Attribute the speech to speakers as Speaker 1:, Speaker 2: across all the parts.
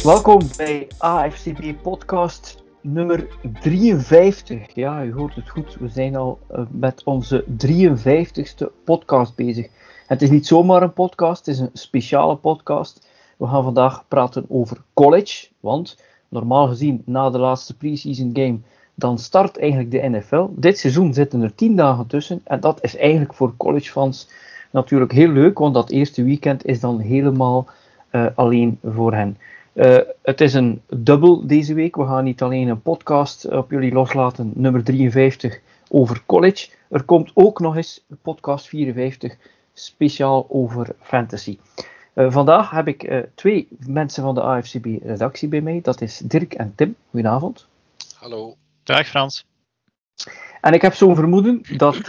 Speaker 1: Welkom bij AFCB podcast nummer 53. Ja, u hoort het goed, we zijn al met onze 53ste podcast bezig. Het is niet zomaar een podcast, het is een speciale podcast. We gaan vandaag praten over college, want normaal gezien na de laatste pre-season game, dan start eigenlijk de NFL. Dit seizoen zitten er 10 dagen tussen en dat is eigenlijk voor collegefans natuurlijk heel leuk, want dat eerste weekend is dan helemaal alleen voor hen. Het is een dubbel deze week. We gaan niet alleen een podcast op jullie loslaten, nummer 53, over college. Er komt ook nog eens podcast 54, speciaal over fantasy. Vandaag heb ik twee mensen van de AFCB-redactie bij mij. Dat is Dirk en Tim. Goedenavond.
Speaker 2: Hallo.
Speaker 3: Dag Frans.
Speaker 1: En ik heb zo'n vermoeden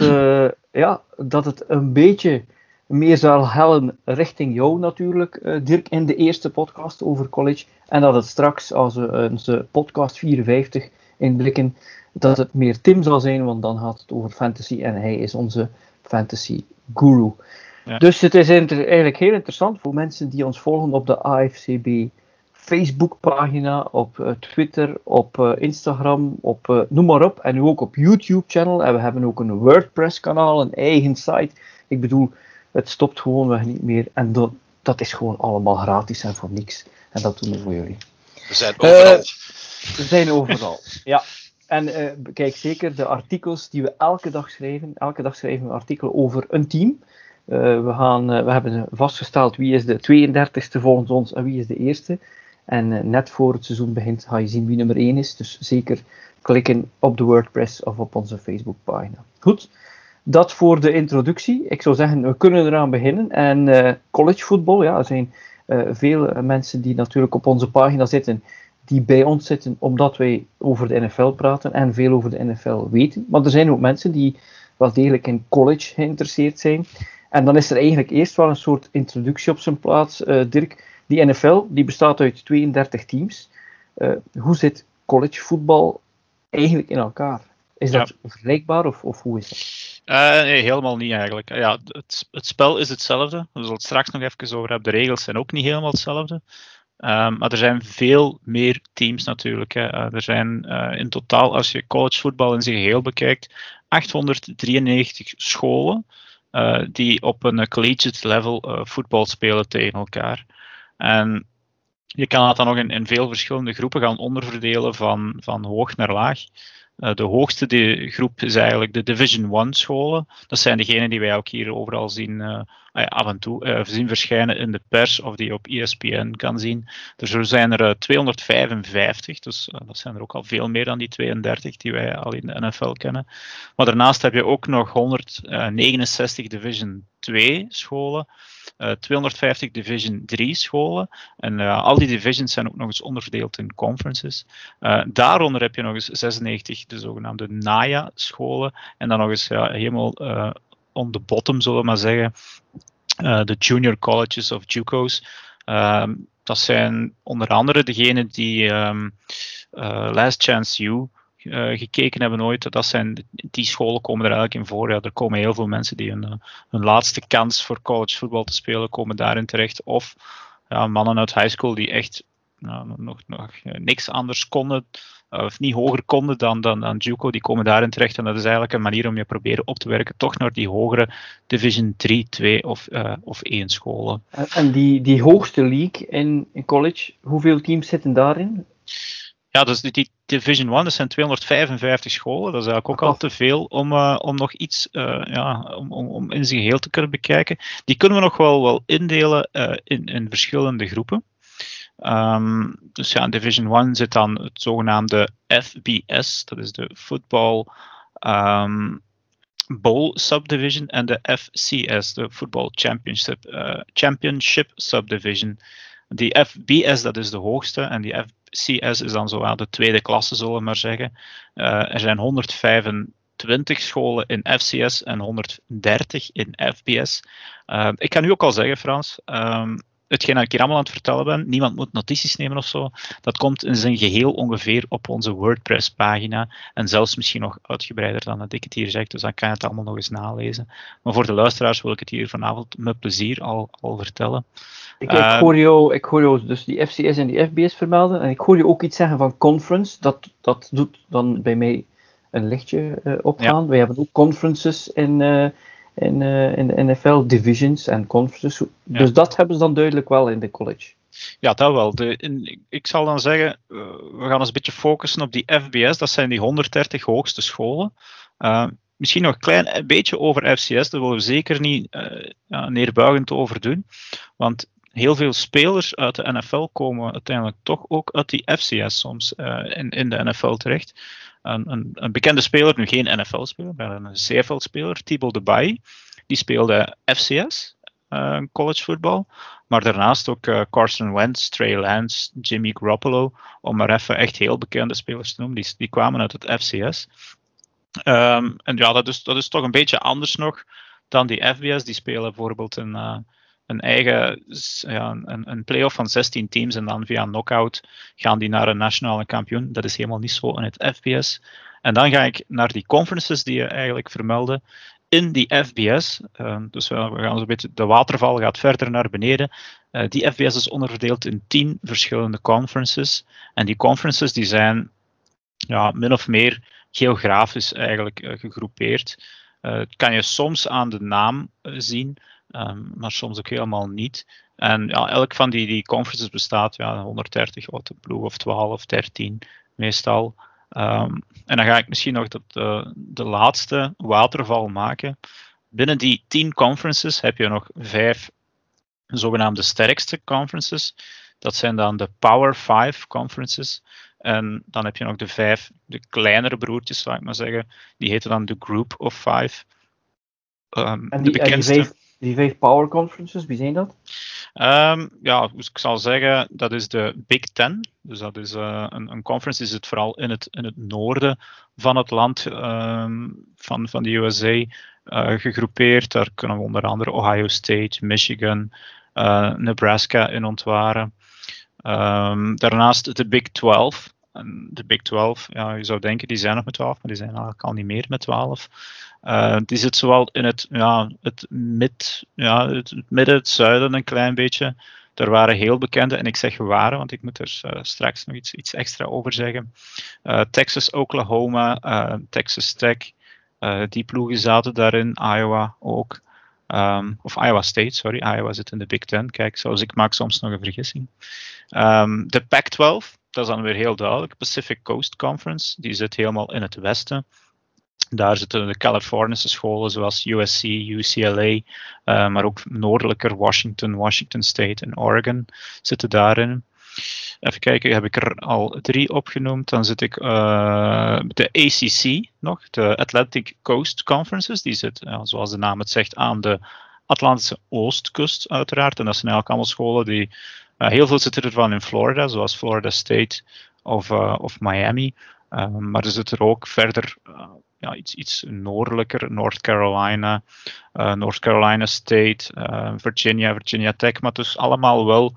Speaker 1: dat het een beetje meer zal hellen richting jou natuurlijk, Dirk, in de eerste podcast over college. En dat het straks, als we onze podcast 54 inblikken, dat het meer Tim zal zijn, want dan gaat het over fantasy en hij is onze fantasy guru. Ja. Dus het is eigenlijk heel interessant voor mensen die ons volgen op de AFCB Facebookpagina, op Twitter, op Instagram, op noem maar op. En nu ook op YouTube-channel. En we hebben ook een WordPress-kanaal, een eigen site. Ik bedoel, het stopt gewoonweg niet meer. En dat is gewoon allemaal gratis en voor niks. En dat doen we voor jullie.
Speaker 2: We zijn overal.
Speaker 1: We zijn overal, ja. En kijk zeker de artikels die we elke dag schrijven. Elke dag schrijven we een artikel over een team. We hebben vastgesteld wie is de 32e volgens ons en wie is de eerste. En net voor het seizoen begint ga je zien wie nummer 1 is. Dus zeker klikken op de WordPress of op onze Facebookpagina. Goed, dat voor de introductie. Ik zou zeggen, we kunnen eraan beginnen. En collegevoetbal, ja, er zijn veel mensen die natuurlijk op onze pagina zitten, die bij ons zitten omdat wij over de NFL praten en veel over de NFL weten. Maar er zijn ook mensen die wel degelijk in college geïnteresseerd zijn. En dan is er eigenlijk eerst wel een soort introductie op zijn plaats, Dirk. Die NFL die bestaat uit 32 teams. Hoe zit collegevoetbal eigenlijk in elkaar? Is dat vergelijkbaar of hoe is dat?
Speaker 3: Nee, helemaal niet eigenlijk. Ja, het spel is hetzelfde. We zullen het straks nog even over hebben. De regels zijn ook niet helemaal hetzelfde. Maar er zijn veel meer teams natuurlijk. Hè. Er zijn in totaal, als je collegevoetbal in zijn geheel bekijkt, 893 scholen die op een collegiate level voetbal spelen tegen elkaar. En je kan het dan nog in veel verschillende groepen gaan onderverdelen van hoog naar laag. De hoogste groep is eigenlijk de Division 1 scholen. Dat zijn degenen die wij ook hier overal zien, af en toe zien verschijnen in de pers of die je op ESPN kan zien. Dus er zijn er 255, dus dat zijn er ook al veel meer dan die 32 die wij al in de NFL kennen. Maar daarnaast heb je ook nog 169 Division 2 scholen. 250 Division 3 scholen. En al die divisions zijn ook nog eens onderverdeeld in conferences. Daaronder heb je nog eens 96 de zogenaamde NAIA-scholen. En dan nog eens helemaal on the bottom, zullen we maar zeggen, de junior colleges of JUCO's. Dat zijn onder andere degenen die Last Chance U gekeken hebben ooit. Die scholen komen er eigenlijk in voor. Ja, er komen heel veel mensen die hun laatste kans voor college voetbal te spelen komen daarin terecht. Of mannen uit high school die echt nog niks anders konden, of niet hoger konden dan JUCO, die komen daarin terecht. En dat is eigenlijk een manier om je proberen op te werken toch naar die hogere Division 3, 2 of 1 scholen.
Speaker 1: En die hoogste league in college, hoeveel teams zitten daarin?
Speaker 3: Ja, dus die Division 1, dat zijn 255 scholen. Dat is eigenlijk ook al te veel om nog iets om in zijn geheel te kunnen bekijken. Die kunnen we nog wel indelen in verschillende groepen. Dus ja, in Division 1 zit dan het zogenaamde FBS, dat is de Football Bowl Subdivision, en de FCS, de Football Championship Subdivision. Die FBS, dat is de hoogste, en die FCS is dan zo aan de tweede klasse, zullen we maar zeggen. Er zijn 125 scholen in FCS en 130 in FBS. Ik kan u ook al zeggen, Frans, hetgeen dat ik hier allemaal aan het vertellen ben, niemand moet notities nemen of zo, dat komt in zijn geheel ongeveer op onze WordPress-pagina en zelfs misschien nog uitgebreider dan dat ik het hier zeg, dus dan kan je het allemaal nog eens nalezen. Maar voor de luisteraars wil ik het hier vanavond met plezier al vertellen.
Speaker 1: Ik hoor jou dus die FCS en die FBS vermelden en ik hoor je ook iets zeggen van conference, dat doet dan bij mij een lichtje opgaan. Ja. Wij hebben ook conferences in de NFL, divisions en conferences. Dus dat hebben ze dan duidelijk wel in de college.
Speaker 3: Ja, dat wel. Ik zal dan zeggen, we gaan ons een beetje focussen op die FBS. Dat zijn die 130 hoogste scholen. Misschien nog een klein beetje over FCS. Daar willen we zeker niet neerbuigend over doen. Want heel veel spelers uit de NFL komen uiteindelijk toch ook uit die FCS soms in de NFL terecht. Een bekende speler, nu geen NFL-speler, maar een CFL-speler, Thibaut DeBaye, die speelde FCS, college voetbal. Maar daarnaast ook Carson Wentz, Trey Lance, Jimmy Garoppolo, om maar even echt heel bekende spelers te noemen, die kwamen uit het FCS. En ja, dat is toch een beetje anders nog dan die FBS. Die spelen bijvoorbeeld een eigen een play-off van 16 teams en dan via knockout gaan die naar een nationale kampioen. Dat is helemaal niet zo in het FBS. En dan ga ik naar die conferences die je eigenlijk vermeldde in die FBS. Dus we gaan zo'n beetje, de waterval gaat verder naar beneden. Die FBS is onderverdeeld in 10 verschillende conferences. En die conferences die zijn min of meer geografisch eigenlijk gegroepeerd. Kan je soms aan de naam zien, maar soms ook helemaal niet. En elk van die conferences bestaat 130 uit de ploeg of 12 of 13 meestal. En dan ga ik misschien nog de laatste waterval maken. Binnen die 10 conferences heb je nog 5 zogenaamde sterkste conferences. Dat zijn dan de Power 5 conferences. En dan heb je nog de kleinere broertjes, zou ik maar zeggen. Die heten dan de Group of 5.
Speaker 1: En de bekendste... Die 5 power conferences, wie zijn dat?
Speaker 3: Dus ik zal zeggen, dat is de Big Ten. Dus dat is een conference, die zit vooral in het noorden van het land van de USA gegroepeerd. Daar kunnen we onder andere Ohio State, Michigan, Nebraska in ontwaren. Daarnaast de Big 12. En de Big 12, je zou denken, die zijn nog met 12, maar die zijn eigenlijk al niet meer met 12. Die zit zowel in het midden, het zuiden een klein beetje. Er waren heel bekende, en ik zeg waren, want ik moet er straks nog iets extra over zeggen. Texas, Oklahoma, Texas Tech, die ploegen zaten daarin, Iowa ook. Of Iowa State, sorry, Iowa zit in de Big Ten. Kijk, ik maak soms nog een vergissing. De Pac-12, dat is dan weer heel duidelijk. Pacific Coast Conference, die zit helemaal in het westen. Daar zitten de Californische scholen zoals USC, UCLA, maar ook noordelijker Washington State en Oregon zitten daarin. Even kijken, heb ik er al 3 opgenoemd. Dan zit ik de ACC nog, de Atlantic Coast Conferences. Die zit, zoals de naam het zegt, aan de Atlantische oostkust uiteraard. En dat zijn eigenlijk allemaal scholen die... heel veel zitten ervan in Florida, zoals Florida State of Miami. Maar er zit er ook verder... iets noordelijker, North Carolina State, Virginia Tech, maar dus allemaal wel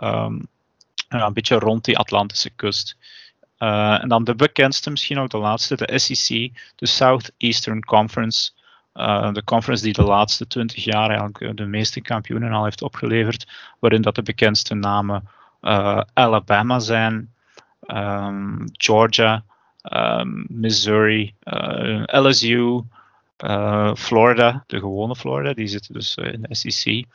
Speaker 3: een beetje rond die Atlantische kust. En dan de bekendste, misschien ook de laatste, de SEC, de Southeastern Conference. De conference die de laatste 20 jaar eigenlijk de meeste kampioenen al heeft opgeleverd, waarin dat de bekendste namen Alabama zijn, Georgia, Missouri, LSU, Florida, de gewone Florida, die zitten dus in de SEC.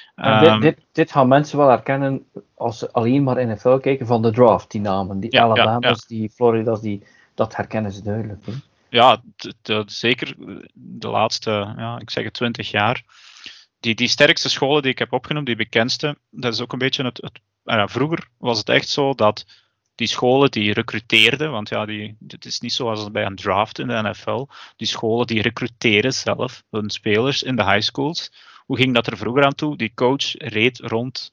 Speaker 1: Dit gaan mensen wel herkennen als ze alleen maar NFL kijken van de draft, die namen. Die Alabama's, die Florida's, dat herkennen ze duidelijk. Hè?
Speaker 3: Ja, zeker de laatste, ik zeg het 20 jaar. Die sterkste scholen die ik heb opgenoemd, die bekendste, dat is ook een beetje vroeger was het echt zo dat die scholen die recruteerden, want het is niet zoals bij een draft in de NFL, die scholen die recruteren zelf hun spelers in de high schools. Hoe ging dat er vroeger aan toe? Die coach reed rond,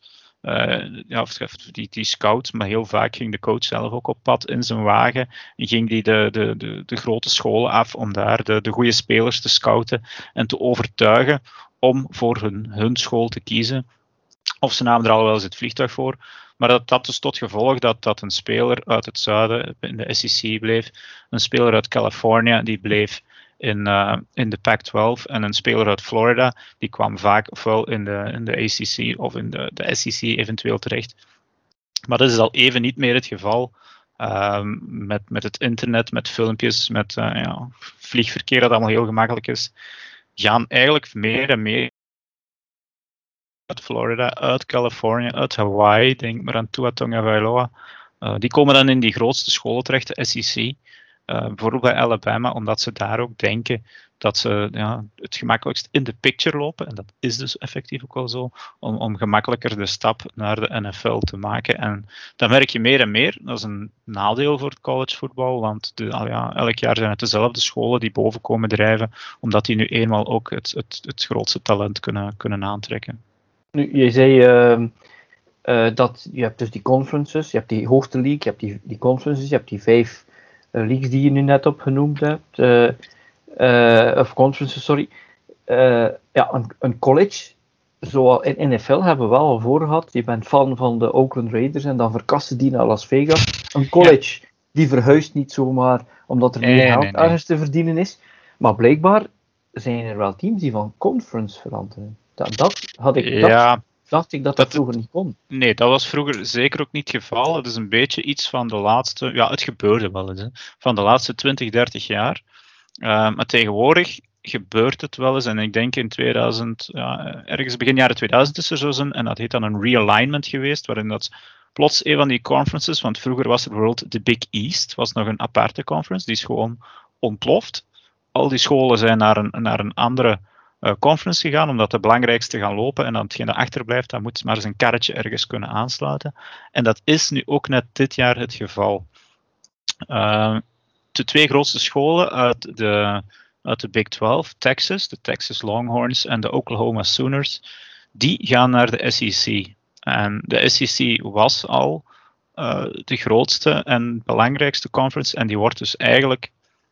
Speaker 3: die scout, maar heel vaak ging de coach zelf ook op pad in zijn wagen en ging die de grote scholen af om daar de goede spelers te scouten en te overtuigen om voor hun school te kiezen. Of ze namen er al wel eens het vliegtuig voor. Maar dat had dus tot gevolg dat een speler uit het zuiden in de SEC bleef. Een speler uit Californië die bleef in de Pac-12. En een speler uit Florida die kwam vaak ofwel in de ACC of in de SEC eventueel terecht. Maar dat is al even niet meer het geval. Met het internet, met filmpjes, met vliegverkeer dat allemaal heel gemakkelijk is. Gaan eigenlijk meer en meer uit Florida, uit Californië, uit Hawaii, denk maar aan Tua Tagovailoa. Die komen dan in die grootste scholen terecht, de SEC. Bijvoorbeeld bij Alabama, omdat ze daar ook denken dat ze het gemakkelijkst in de picture lopen. En dat is dus effectief ook wel zo, om gemakkelijker de stap naar de NFL te maken. En dat merk je meer en meer. Dat is een nadeel voor het collegevoetbal, want elk jaar zijn het dezelfde scholen die boven komen drijven, omdat die nu eenmaal ook het grootste talent kunnen aantrekken.
Speaker 1: Nu, je zei dat je hebt dus die conferences, je hebt die hoogste league, je hebt die conferences, je hebt die 5 leagues die je nu net opgenoemd hebt, of conferences, sorry. Een college, zoals in NFL hebben we wel al voor gehad, je bent fan van de Oakland Raiders en dan verkassen die naar Las Vegas. Een college die verhuist niet zomaar omdat er meer geld ergens te verdienen is, maar blijkbaar zijn er wel teams die van conference veranderen. Dacht ik dat vroeger niet kon.
Speaker 3: Nee, dat was vroeger zeker ook niet het geval. Het is een beetje iets van de laatste... Ja, het gebeurde wel eens. Hè, van de laatste 20, 30 jaar. Maar tegenwoordig gebeurt het wel eens. En ik denk in 2000... ergens begin jaren 2000 is er zo zijn. En dat heet dan een realignment geweest. Waarin dat plots een van die conferences... Want vroeger was er bijvoorbeeld de Big East. Was nog een aparte conference. Die is gewoon ontploft. Al die scholen zijn naar een andere... conference gegaan, omdat de belangrijkste gaan lopen en dan hetgeen dat achterblijft, dat moet maar eens een karretje ergens kunnen aansluiten. En dat is nu ook net dit jaar het geval. De 2 grootste scholen uit de Big 12, Texas, de Texas Longhorns en de Oklahoma Sooners, die gaan naar de SEC. En de SEC was al de grootste en belangrijkste conference en die wordt dus eigenlijk...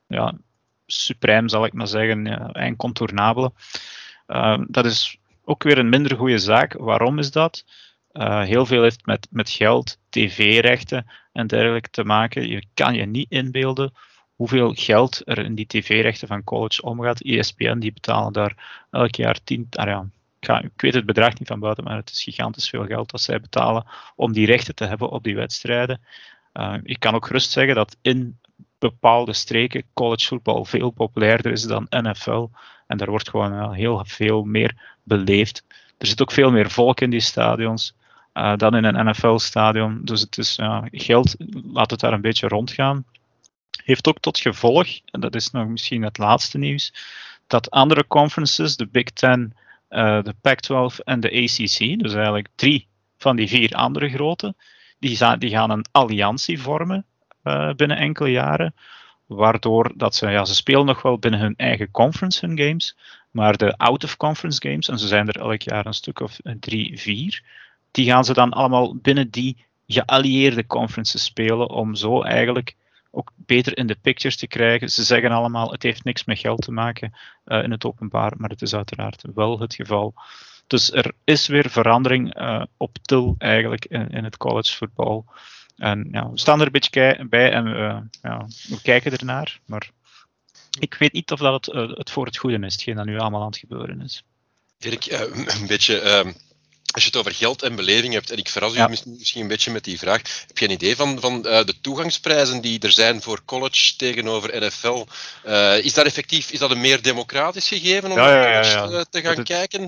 Speaker 3: suprem, zal ik maar zeggen, incontournabele. Dat is ook weer een minder goede zaak. Waarom is dat? Heel veel heeft met geld, tv-rechten en dergelijke te maken. Je kan je niet inbeelden hoeveel geld er in die tv-rechten van college omgaat. ESPN, die betalen daar elk jaar 10... ik weet het bedrag niet van buiten, maar het is gigantisch veel geld dat zij betalen om die rechten te hebben op die wedstrijden. Ik kan ook gerust zeggen dat in bepaalde streken collegevoetbal veel populairder is dan NFL. En daar wordt gewoon heel veel meer beleefd. Er zit ook veel meer volk in die stadions dan in een NFL-stadion. Dus het is geld, laat het daar een beetje rondgaan. Heeft ook tot gevolg, en dat is nog misschien het laatste nieuws, dat andere conferences, de Big Ten, de Pac-12 en de ACC, dus eigenlijk 3 van die 4 andere grote, die gaan een alliantie vormen binnen enkele jaren, waardoor dat ze spelen nog wel binnen hun eigen conference hun games, maar de out-of-conference games, en ze zijn er elk jaar een stuk of 3, 4, die gaan ze dan allemaal binnen die geallieerde conferences spelen, om zo eigenlijk ook beter in de pictures te krijgen. Ze zeggen allemaal, het heeft niks met geld te maken in het openbaar, maar het is uiteraard wel het geval. Dus er is weer verandering op til eigenlijk in het collegevoetbal. En we staan er een beetje bij en we kijken ernaar. Maar ik weet niet of dat het voor het goede is, hetgeen dat nu allemaal aan het gebeuren is.
Speaker 2: Dirk, een beetje... Als je het over geld en beleving hebt, en ik verras u misschien een beetje met die vraag, heb je een idee van de toegangsprijzen die er zijn voor college tegenover NFL? Is dat effectief, is dat een meer democratisch gegeven om te gaan kijken?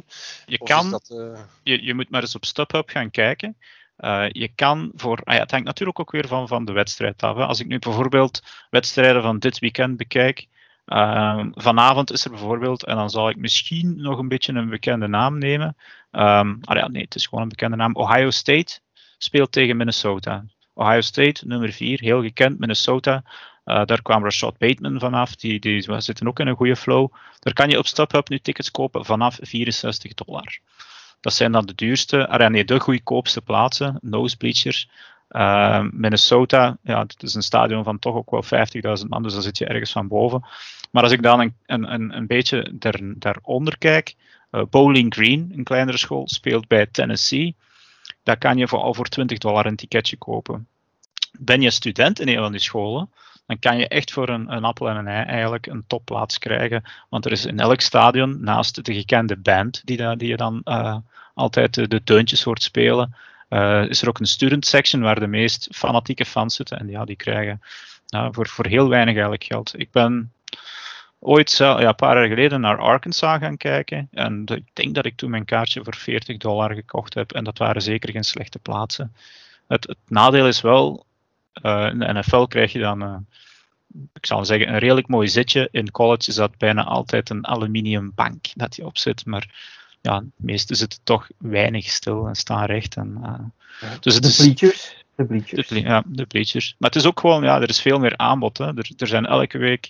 Speaker 3: Je moet maar eens op StubHub gaan kijken. Je kan het hangt natuurlijk ook weer van de wedstrijd af. Hè. Als ik nu bijvoorbeeld wedstrijden van dit weekend bekijk, vanavond is er bijvoorbeeld, en dan zal ik misschien nog een beetje een bekende naam nemen. Nee, het is gewoon een bekende naam. Ohio State speelt tegen Minnesota. Ohio State, nummer 4, heel gekend. Minnesota, daar kwam Rashad Bateman vanaf. Die zitten ook in een goede flow. Daar kan je op StubHub nu tickets kopen vanaf $64. Dat zijn dan de duurste, de goedkoopste plaatsen, nosebleachers. Minnesota, het is een stadion van toch ook wel 50.000 man, dus daar zit je ergens van boven. Maar als ik dan een beetje daaronder kijk, Bowling Green, een kleinere school, speelt bij Tennessee. daar kan je al voor $20 een ticketje kopen. Ben je student in een van die scholen, dan kan je echt voor een appel en een ei eigenlijk een topplaats krijgen. Want er is in elk stadion, naast de gekende band die je dan altijd de deuntjes hoort spelen, is er ook een student section waar de meest fanatieke fans zitten. En ja, die krijgen voor heel weinig eigenlijk geld. Ik ben ooit een paar jaar geleden naar Arkansas gaan kijken. En ik denk dat ik toen mijn kaartje voor $40 gekocht heb. En dat waren zeker geen slechte plaatsen. Het nadeel is wel, in de NFL krijg je dan, ik zal zeggen, een redelijk mooi zitje. In college is dat bijna altijd een aluminium bank dat je op zit. Maar ja, de meeste zitten toch weinig stil en staan recht. Dus
Speaker 1: de bleachers.
Speaker 3: De bleachers. Maar het is ook gewoon, er is veel meer aanbod. Hè. Er zijn elke week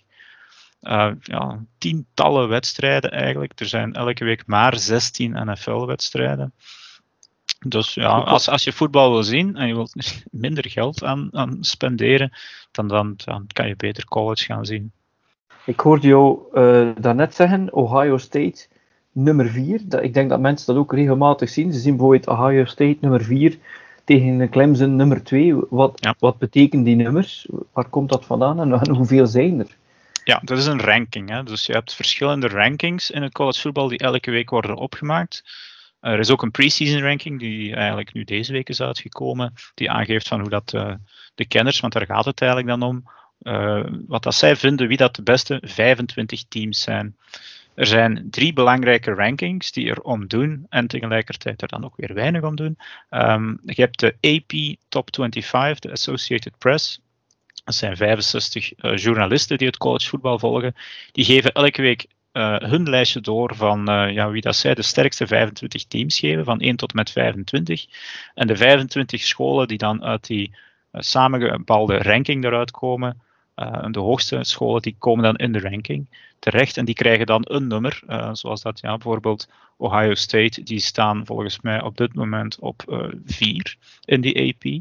Speaker 3: tientallen wedstrijden eigenlijk. Er zijn elke week maar 16 NFL-wedstrijden. Dus ja, als je voetbal wil zien en je wilt minder geld aan spenderen, dan kan je beter college gaan zien.
Speaker 1: Ik hoorde jou daarnet zeggen, Ohio State nummer 4. Ik denk dat mensen dat ook regelmatig zien. Ze zien bijvoorbeeld Ohio State nummer 4 tegen Clemson nummer 2. Wat betekenen die nummers? Waar komt dat vandaan en hoeveel zijn er?
Speaker 3: Ja, dat is een ranking. Hè. Dus je hebt verschillende rankings in het college voetbal die elke week worden opgemaakt. Er is ook een pre-season ranking die eigenlijk nu deze week is uitgekomen, die aangeeft van hoe dat de kenners, want daar gaat het eigenlijk dan om, wat dat zij vinden wie dat de beste 25 teams zijn. Er zijn 3 belangrijke rankings die er om doen en tegelijkertijd er dan ook weer weinig om doen. Je hebt de AP Top 25, de Associated Press. Dat zijn 65 journalisten die het college voetbal volgen. Die geven elke week hun lijstje door van wie dat zij de sterkste 25 teams geven, van 1 tot en met 25. En de 25 scholen die dan uit die samengebalde ranking eruit komen, de hoogste scholen, die komen dan in de ranking terecht en die krijgen dan een nummer, zoals dat bijvoorbeeld Ohio State, die staan volgens mij op dit moment op 4 in die AP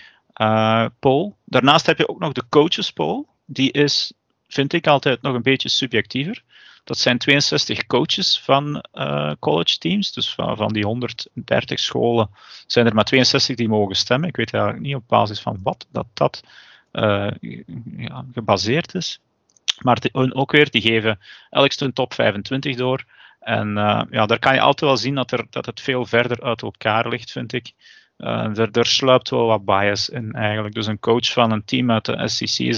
Speaker 3: poll. Daarnaast heb je ook nog de coaches poll, die is, vind ik altijd nog een beetje subjectiever. Dat zijn 62 coaches van college teams. Dus van die 130 scholen zijn er maar 62 die mogen stemmen. Ik weet eigenlijk niet op basis van wat dat gebaseerd is. Maar ook weer, die geven elk een top 25 door. En daar kan je altijd wel zien dat het veel verder uit elkaar ligt, vind ik. Er sluipt wel wat bias in eigenlijk. Dus een coach van een team uit de SEC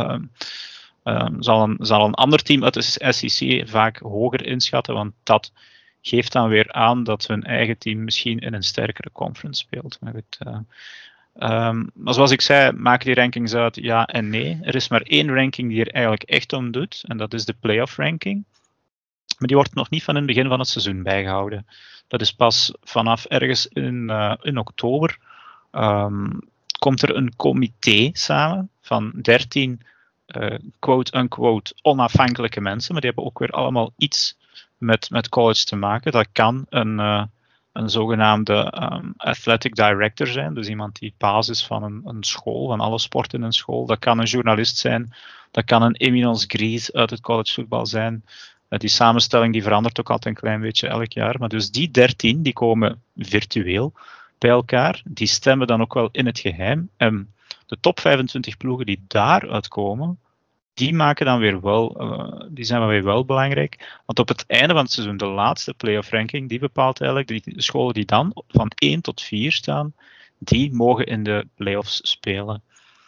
Speaker 3: zal een ander team uit de SEC vaak hoger inschatten, want dat geeft dan weer aan dat hun eigen team misschien in een sterkere conference speelt. Maar goed, maar zoals ik zei, maken die rankings uit ja en nee. Er is maar 1 ranking die er eigenlijk echt om doet, en dat is de playoff ranking. Maar die wordt nog niet van in het begin van het seizoen bijgehouden. Dat is pas vanaf ergens in oktober. Komt er een comité samen van 13 quote-unquote onafhankelijke mensen, maar die hebben ook weer allemaal iets met college te maken. Dat kan een zogenaamde athletic director zijn, dus iemand die baas is van een school, van alle sporten in een school. Dat kan een journalist zijn, dat kan een Eminence Grise uit het collegevoetbal zijn. Die samenstelling die verandert ook altijd een klein beetje elk jaar. Maar dus die 13 die komen virtueel bij elkaar. Die stemmen dan ook wel in het geheim. En de top 25 ploegen die daaruit komen, die maken dan weer die zijn weer wel belangrijk. Want op het einde van het seizoen, de laatste playoff ranking, die bepaalt eigenlijk de scholen die dan van 1 tot 4 staan, die mogen in de playoffs spelen.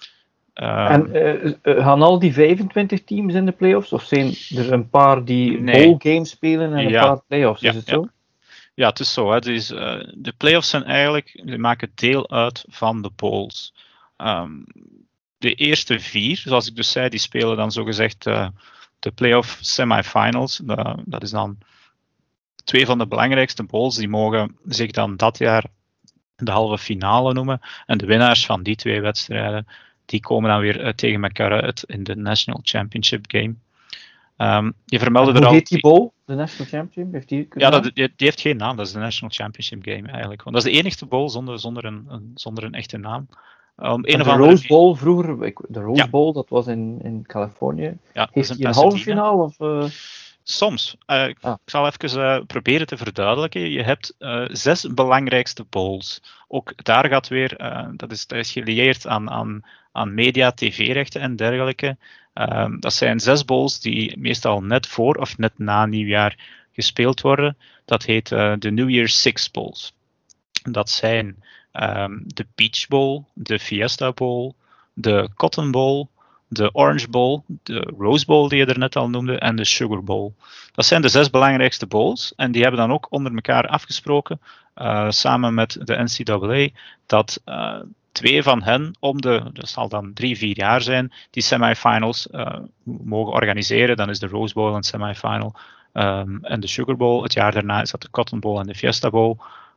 Speaker 1: Gaan al die 25 teams in de playoffs? Of zijn er een paar die bowl games spelen en een paar playoffs? Is het zo?
Speaker 3: Ja, het is zo. Hè. Dus, de playoffs zijn eigenlijk, die maken deel uit van de bowls. De eerste 4, zoals ik dus zei, die spelen dan zogezegd de playoff semifinals. Dat is dan 2 van de belangrijkste bowls. Die mogen zich dan dat jaar de halve finale noemen. En de winnaars van die 2 wedstrijden, die komen dan weer tegen elkaar uit in de National Championship Game. Je vermeldde
Speaker 1: hoe heet die bowl? De National Championship? Heeft
Speaker 3: die heeft geen naam. Dat is de National Championship Game eigenlijk. Want dat is de enigste bowl zonder een echte naam.
Speaker 1: Rose Bowl vroeger, de Rose Bowl, dat was in Californië.
Speaker 3: Ja,
Speaker 1: heeft hij een halve finale?
Speaker 3: Soms. Ik zal even proberen te verduidelijken. Je hebt 6 belangrijkste bowls. Ook daar gaat weer, dat is gelieerd aan media, tv-rechten en dergelijke. Dat zijn 6 bowls die meestal net voor of net na nieuwjaar gespeeld worden. Dat heet de New Year's Six Bowls. Dat zijn de Peach Bowl, de Fiesta Bowl, de Cotton Bowl, de Orange Bowl, de Rose Bowl die je er net al noemde en de Sugar Bowl. Dat zijn de 6 belangrijkste bowls en die hebben dan ook onder elkaar afgesproken, samen met de NCAA, dat 2 van hen dat zal dan 3-4 jaar zijn, die semifinals mogen organiseren. Dan is de Rose Bowl een semifinal en de Sugar Bowl. Het jaar daarna is dat de Cotton Bowl en de Fiesta Bowl.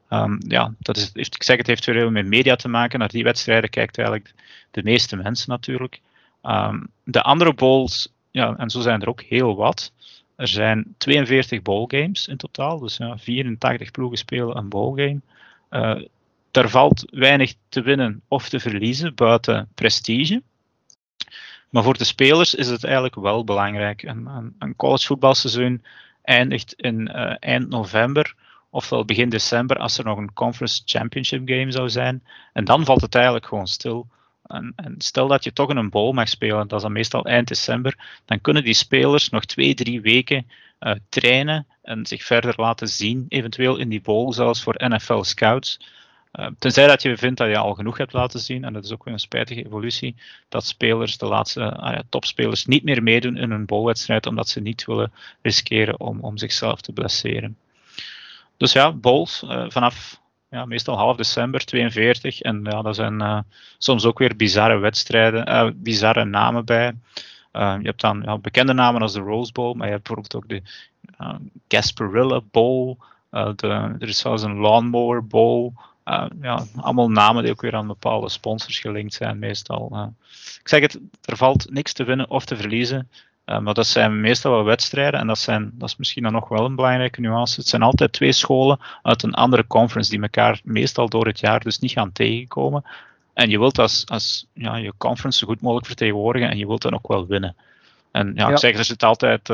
Speaker 3: Het heeft veel met media te maken. Naar die wedstrijden kijkt eigenlijk de meeste mensen natuurlijk. De andere bowls, en zo zijn er ook heel wat. Er zijn 42 bowlgames in totaal, dus 84 ploegen spelen een bowlgame. Daar valt weinig te winnen of te verliezen buiten prestige. Maar voor de spelers is het eigenlijk wel belangrijk. Een collegevoetbalseizoen eindigt in eind november, ofwel begin december, als er nog een Conference Championship game zou zijn. En dan valt het eigenlijk gewoon stil. En stel dat je toch in een bowl mag spelen, dat is dan meestal eind december, dan kunnen die spelers nog 2-3 weken trainen en zich verder laten zien, eventueel in die bowl zelfs voor NFL scouts. Tenzij dat je vindt dat je al genoeg hebt laten zien, en dat is ook weer een spijtige evolutie, dat spelers, de laatste topspelers, niet meer meedoen in een bowlwedstrijd, omdat ze niet willen riskeren om zichzelf te blesseren. Dus ja, bowls vanaf meestal half december, 42. En dat zijn soms ook weer bizarre wedstrijden, bizarre namen bij. Je hebt dan bekende namen als de Rose Bowl, maar je hebt bijvoorbeeld ook de Gasparilla Bowl. Er is zelfs een Lawnmower Bowl. Allemaal namen die ook weer aan bepaalde sponsors gelinkt zijn meestal. Ik zeg het, er valt niks te winnen of te verliezen. Maar dat zijn meestal wel wedstrijden en dat is misschien dan nog wel een belangrijke nuance. Het zijn altijd 2 scholen uit een andere conference die elkaar meestal door het jaar dus niet gaan tegenkomen. En je wilt als je conference zo goed mogelijk vertegenwoordigen en je wilt dan ook wel winnen. En ik zeg, er zit altijd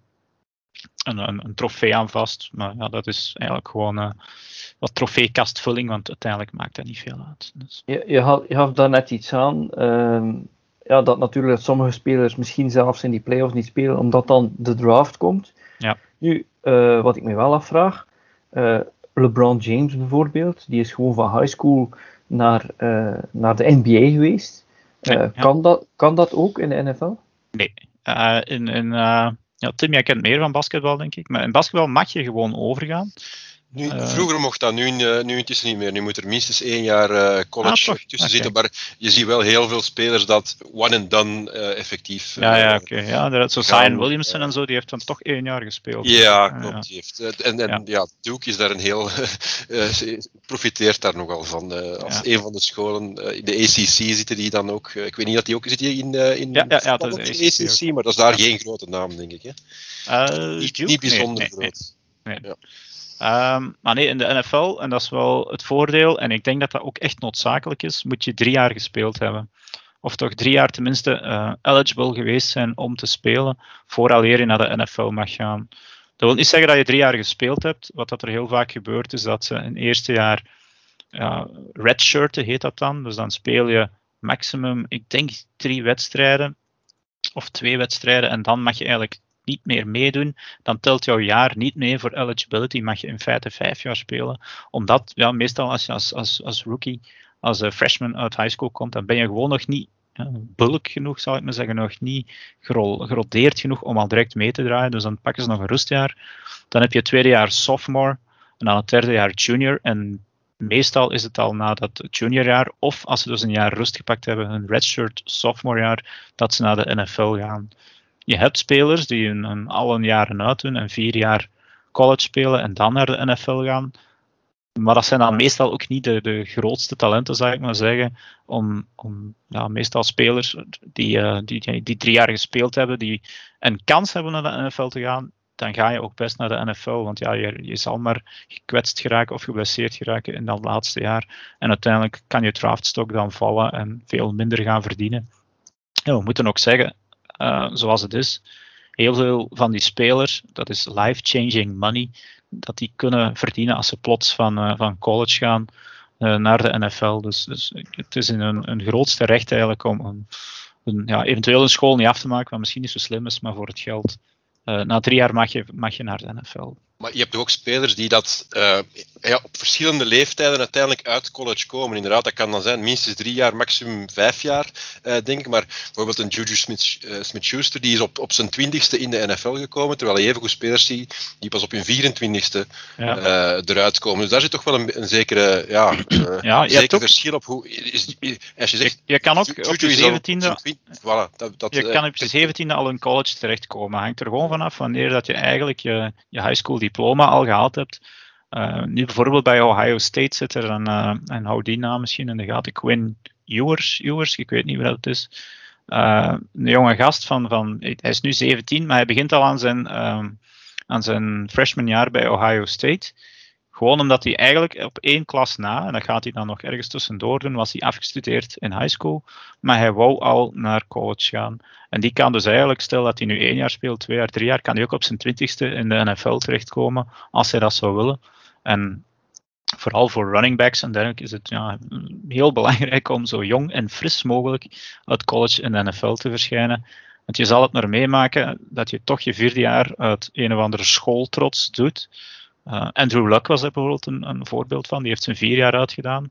Speaker 3: een trofee aan vast, maar dat is eigenlijk gewoon wat trofeekastvulling, want uiteindelijk maakt dat niet veel uit. Dus.
Speaker 1: Je gaf daar net iets aan. Dat natuurlijk sommige spelers misschien zelfs in die playoffs niet spelen, omdat dan de draft komt.
Speaker 3: Ja.
Speaker 1: Nu, wat ik me wel afvraag, LeBron James bijvoorbeeld, die is gewoon van high school naar de NBA geweest. Kan dat ook in de NFL?
Speaker 3: Nee. Tim, jij kent meer van basketbal, denk ik. Maar in basketbal mag je gewoon overgaan.
Speaker 2: Vroeger mocht dat, nu intussen niet meer. Nu moet er minstens 1 jaar college tussen zitten. Maar je ziet wel heel veel spelers dat one and done effectief.
Speaker 3: Zo Zion Williamson en zo, die heeft dan toch 1 jaar gespeeld.
Speaker 2: Ja, klopt. Die heeft. Duke is daar een heel. Profiteert daar nogal van. Als een van de scholen. In de ACC zitten die dan ook. Ik weet niet dat die ook zit in
Speaker 3: dat is
Speaker 2: de ACC, maar dat is daar geen grote naam, denk ik. Hè? Niet bijzonder groot.
Speaker 3: Nee. Ja. Maar nee, in de NFL, en dat is wel het voordeel, en ik denk dat dat ook echt noodzakelijk is, moet je 3 jaar gespeeld hebben. Of toch 3 jaar tenminste eligible geweest zijn om te spelen, vooraleer je naar de NFL mag gaan. Dat wil niet zeggen dat je 3 jaar gespeeld hebt. Wat dat er heel vaak gebeurt, is dat ze in het eerste jaar redshirten, heet dat dan. Dus dan speel je maximum, ik denk 3 wedstrijden, of 2 wedstrijden, en dan mag je eigenlijk niet meer meedoen, dan telt jouw jaar niet mee voor eligibility, mag je in feite 5 jaar spelen. Omdat, meestal als je als rookie, als freshman uit high school komt, dan ben je gewoon nog niet bulk genoeg, zal ik maar zeggen, nog niet gerodeerd genoeg om al direct mee te draaien. Dus dan pakken ze nog een rustjaar. Dan heb je het 2e jaar sophomore, en dan het 3e jaar junior, en meestal is het al na dat juniorjaar, of als ze dus een jaar rust gepakt hebben, een redshirt sophomore jaar, dat ze naar de NFL gaan. Je hebt spelers die al een jaar uit doen en 4 jaar college spelen en dan naar de NFL gaan. Maar dat zijn dan meestal ook niet de grootste talenten, zou ik maar zeggen. Meestal spelers die 3 jaar gespeeld hebben, die een kans hebben naar de NFL te gaan, dan ga je ook best naar de NFL. Want je zal maar gekwetst geraken of geblesseerd geraken in dat laatste jaar. En uiteindelijk kan je draftstok dan vallen en veel minder gaan verdienen. Ja, we moeten ook zeggen, zoals het is, heel veel van die spelers, dat is life-changing money, dat die kunnen verdienen als ze plots van college gaan naar de NFL. Dus het is een grootste recht eigenlijk om eventueel een school niet af te maken, wat misschien niet zo slim is, maar voor het geld. Na 3 jaar mag je naar de NFL.
Speaker 2: Maar je hebt ook spelers die dat op verschillende leeftijden uiteindelijk uit college komen. Inderdaad, dat kan dan zijn minstens 3 jaar, maximum 5 jaar, denk ik. Maar bijvoorbeeld een Juju Smith-Schuster, die is op zijn 20ste in de NFL gekomen, terwijl je evengoed spelers ziet die pas op hun 24ste eruit komen. Dus daar zit toch wel een zekere zeker verschil op hoe... Als je zegt,
Speaker 3: je kan ook op je 17e...
Speaker 2: Je
Speaker 3: kan op je 17e al in college terechtkomen. Hangt er gewoon vanaf wanneer dat je eigenlijk je high school diploma al gehaald hebt. Nu bijvoorbeeld bij Ohio State zit er en hou die naam misschien in de gaten, Quinn Ewers, ik weet niet wat het is. Een jonge gast hij is nu 17, maar hij begint al aan zijn freshmanjaar bij Ohio State. Gewoon omdat hij eigenlijk op 1 klas na, en dat gaat hij dan nog ergens tussendoor doen, was hij afgestudeerd in high school, maar hij wou al naar college gaan. En die kan dus eigenlijk, stel dat hij nu 1 jaar speelt, 2 jaar, 3 jaar, kan hij ook op zijn 20ste in de NFL terechtkomen, als hij dat zou willen. En vooral voor running backs en dergelijke is het heel belangrijk om zo jong en fris mogelijk uit college in de NFL te verschijnen. Want je zal het maar meemaken dat je toch je 4e jaar uit een of andere schooltrots doet. Andrew Luck was er bijvoorbeeld een voorbeeld van. Die heeft zijn 4 jaar uitgedaan.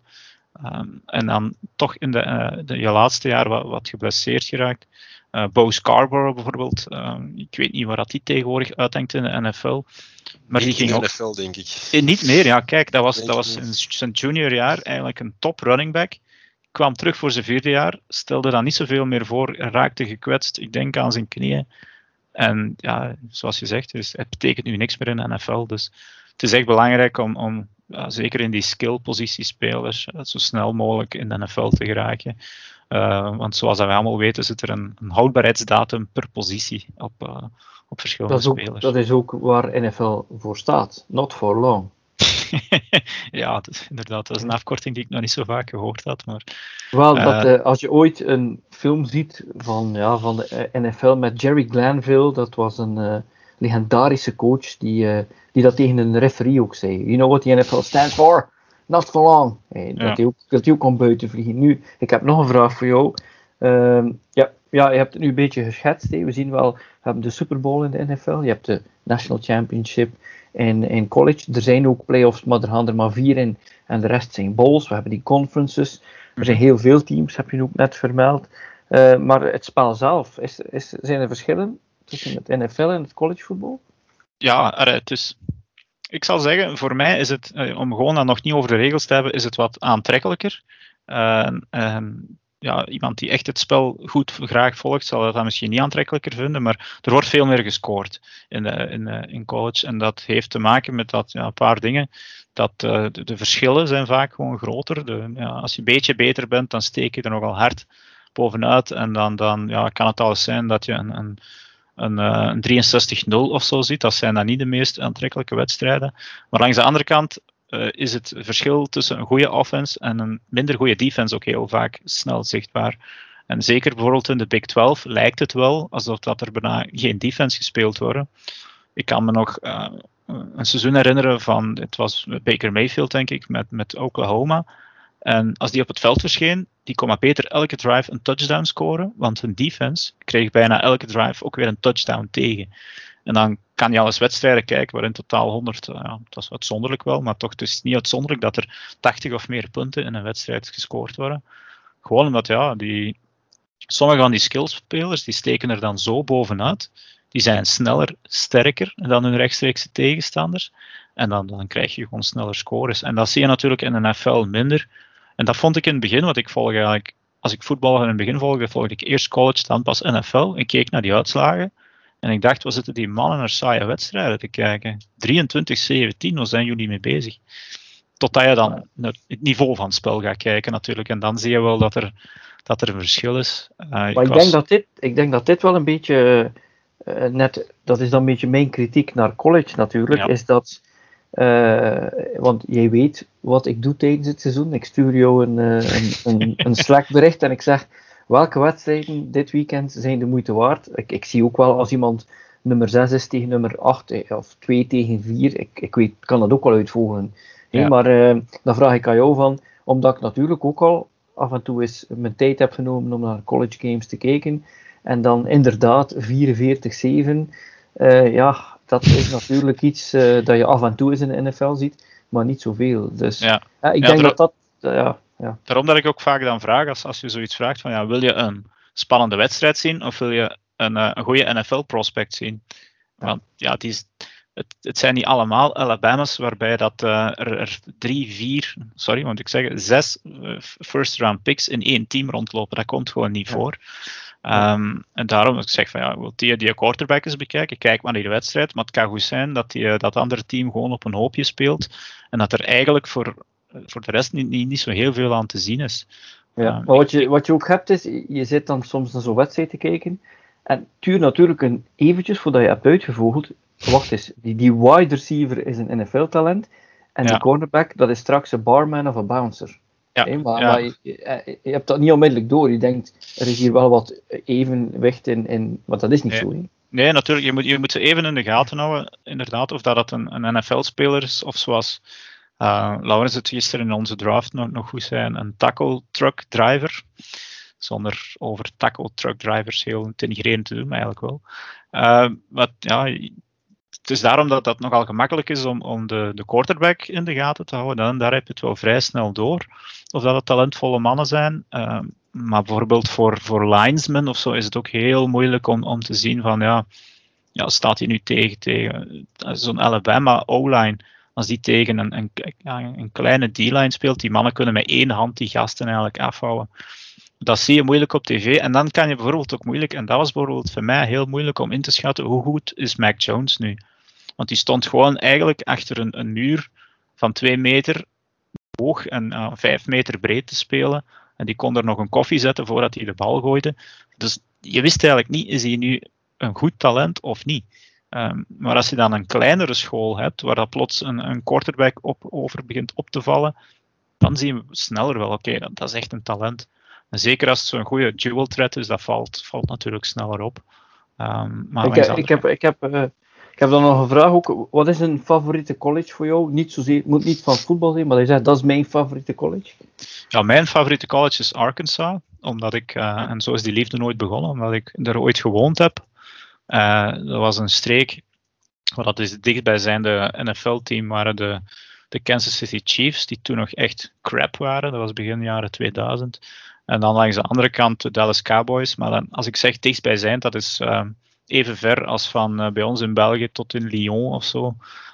Speaker 3: En dan toch in je laatste jaar wat geblesseerd geraakt. Bo Scarborough bijvoorbeeld. Ik weet niet waar dat die tegenwoordig uithangt in de NFL. Maar die ging
Speaker 2: in de
Speaker 3: ook,
Speaker 2: NFL, denk ik.
Speaker 3: Niet meer, ja. Kijk, dat was in zijn juniorjaar eigenlijk een top running back. Kwam terug voor zijn 4e jaar. Stelde dan niet zoveel meer voor. Raakte gekwetst. Ik denk aan zijn knieën. En ja, zoals je zegt, dus het betekent nu niks meer in de NFL. Dus het is echt belangrijk om zeker in die skill-positie spelers zo snel mogelijk in de NFL te geraken. Want zoals we allemaal weten zit er een houdbaarheidsdatum per positie op verschillende spelers.
Speaker 1: Dat is ook waar NFL voor staat. Not for long.
Speaker 3: Ja, inderdaad. Dat is een afkorting die ik nog niet zo vaak gehoord had. Maar,
Speaker 1: als je ooit een film ziet van de NFL met Jerry Glanville, dat was een legendarische coach die dat tegen een referee ook zei. You know what the NFL stands for? Not for long. Dat hij ook kon buiten vliegen. Nu, ik heb nog een vraag voor jou. Je hebt het nu een beetje geschetst. We zien wel, we hebben de Super Bowl in de NFL. Je hebt de National Championship in college. Er zijn ook playoffs, maar er gaan er maar 4 in. En de rest zijn bowls. We hebben die conferences. Er zijn heel veel teams, heb je ook net vermeld. Maar het spel zelf, zijn er verschillen tussen het NFL en het collegevoetbal?
Speaker 3: Ja, ik zal zeggen, voor mij is het, om gewoon dan nog niet over de regels te hebben, is het wat aantrekkelijker. Iemand die echt het spel graag volgt, zal dat misschien niet aantrekkelijker vinden, maar er wordt veel meer gescoord in college. En dat heeft te maken met een paar dingen. Dat de verschillen zijn vaak gewoon groter. Als je een beetje beter bent, dan steek je er nogal hard bovenuit. En dan kan het al eens zijn dat je een 63-0 of zo ziet. Dat zijn dan niet de meest aantrekkelijke wedstrijden. Maar langs de andere kant is het verschil tussen een goede offense en een minder goede defense ook heel vaak snel zichtbaar. En zeker bijvoorbeeld in de Big 12 lijkt het wel alsof dat er bijna geen defense gespeeld wordt. Ik kan me nog een seizoen herinneren het was Baker Mayfield denk ik, met Oklahoma. En als die op het veld verscheen, die kon maar beter elke drive een touchdown scoren, want hun defense kreeg bijna elke drive ook weer een touchdown tegen. En dan kan je al eens wedstrijden kijken waarin totaal 100, dat is uitzonderlijk wel, maar toch het is niet uitzonderlijk dat er 80 of meer punten in een wedstrijd gescoord worden. Gewoon omdat sommige van die skillspelers, die steken er dan zo bovenuit, die zijn sneller, sterker dan hun rechtstreekse tegenstanders. En dan krijg je gewoon sneller scores. En dat zie je natuurlijk in de NFL minder. En dat vond ik in het begin, want ik volg eigenlijk, als ik voetbal in het begin volgde ik eerst college, dan pas NFL. Ik keek naar die uitslagen en ik dacht, wat zitten die mannen naar saaie wedstrijden te kijken? 23-17, waar zijn jullie mee bezig? Totdat je dan het niveau van het spel gaat kijken natuurlijk. En dan zie je wel dat er een verschil is.
Speaker 1: Ik denk dat dit wel een beetje, dat is dan een beetje mijn kritiek naar college natuurlijk, is dat, want jij weet wat ik doe tijdens het seizoen. Ik stuur jou een Slack bericht en ik zeg welke wedstrijden dit weekend zijn de moeite waard. Ik zie ook wel als iemand nummer 6 is tegen nummer 8, of 2 tegen 4. Ik kan dat ook wel uitvogelen.
Speaker 3: Ja.
Speaker 1: Maar dan vraag ik aan jou van, omdat ik natuurlijk ook al af en toe eens mijn tijd heb genomen om naar college games te kijken, en dan inderdaad 44-7, dat is natuurlijk iets dat je af en toe eens in de NFL ziet, maar niet zoveel. Dus ik denk dat.
Speaker 3: Daarom dat ik ook vaak dan vraag, als je zoiets vraagt, van wil je een spannende wedstrijd zien, of wil je een goede NFL-prospect zien? Want het zijn niet allemaal Alabama's waarbij dat er 6 first-round picks in 1 team rondlopen. Dat komt gewoon niet voor. En daarom dat ik zeg van wil die quarterback eens bekijken, kijk maar naar die wedstrijd, maar het kan goed zijn dat dat andere team gewoon op een hoopje speelt en dat er eigenlijk voor de rest niet zo heel veel aan te zien is.
Speaker 1: Ja, maar wat je ook hebt is, je zit dan soms naar zo'n wedstrijd te kijken en het duurt natuurlijk eventjes voordat je hebt uitgevogeld, wacht eens, die wide receiver is een NFL-talent en die cornerback, dat is straks een barman of een bouncer. Ja, maar je hebt dat niet onmiddellijk door. Je denkt, er is hier wel wat evenwicht in, want dat is niet zo. Hè?
Speaker 3: Nee, natuurlijk. Je moet ze even in de gaten houden, inderdaad, of dat het een NFL-speler is, of zoals Laurens het gisteren in onze draft nog goed zei, een tackle truck driver. Zonder over tackle truck drivers heel denigrerend te doen, maar eigenlijk wel. Het is daarom dat dat nogal gemakkelijk is om de quarterback in de gaten te houden. En daar heb je het wel vrij snel door. Of dat het talentvolle mannen zijn. Maar bijvoorbeeld voor linesmen of zo is het ook heel moeilijk om te zien van staat hij nu tegen zo'n Alabama O-line. Als die tegen een kleine D-line speelt, die mannen kunnen met 1 hand die gasten eigenlijk afhouden. Dat zie je moeilijk op tv. En dan kan je bijvoorbeeld ook moeilijk, en dat was bijvoorbeeld voor mij heel moeilijk om in te schatten, hoe goed is Mac Jones nu? Want die stond gewoon eigenlijk achter een muur van 2 meter hoog en 5 meter breed te spelen. En die kon er nog een koffie zetten voordat hij de bal gooide. Dus je wist eigenlijk niet, is hij nu een goed talent of niet? Maar als je dan een kleinere school hebt, waar dat plots een quarterback over begint op te vallen, dan zien we sneller wel, oké, dat is echt een talent. En zeker als het zo'n goede dual threat is, dat valt natuurlijk sneller op.
Speaker 1: Ik heb dan nog een vraag ook. Wat is een favoriete college voor jou? Niet zozeer, het moet niet van voetbal zijn, maar je zegt dat is mijn favoriete college.
Speaker 3: Ja, mijn favoriete college is Arkansas, omdat ik, en zo is die liefde nooit begonnen, omdat ik er ooit gewoond heb. Dat was een streek, dat is het dichtbijzijnde NFL-team, waren de Kansas City Chiefs, die toen nog echt crap waren. Dat was begin jaren 2000. En dan langs de andere kant de Dallas Cowboys. Maar dan, als ik zeg dichtbijzijnd, dat is even ver als van bij ons in België tot in Lyon of zo.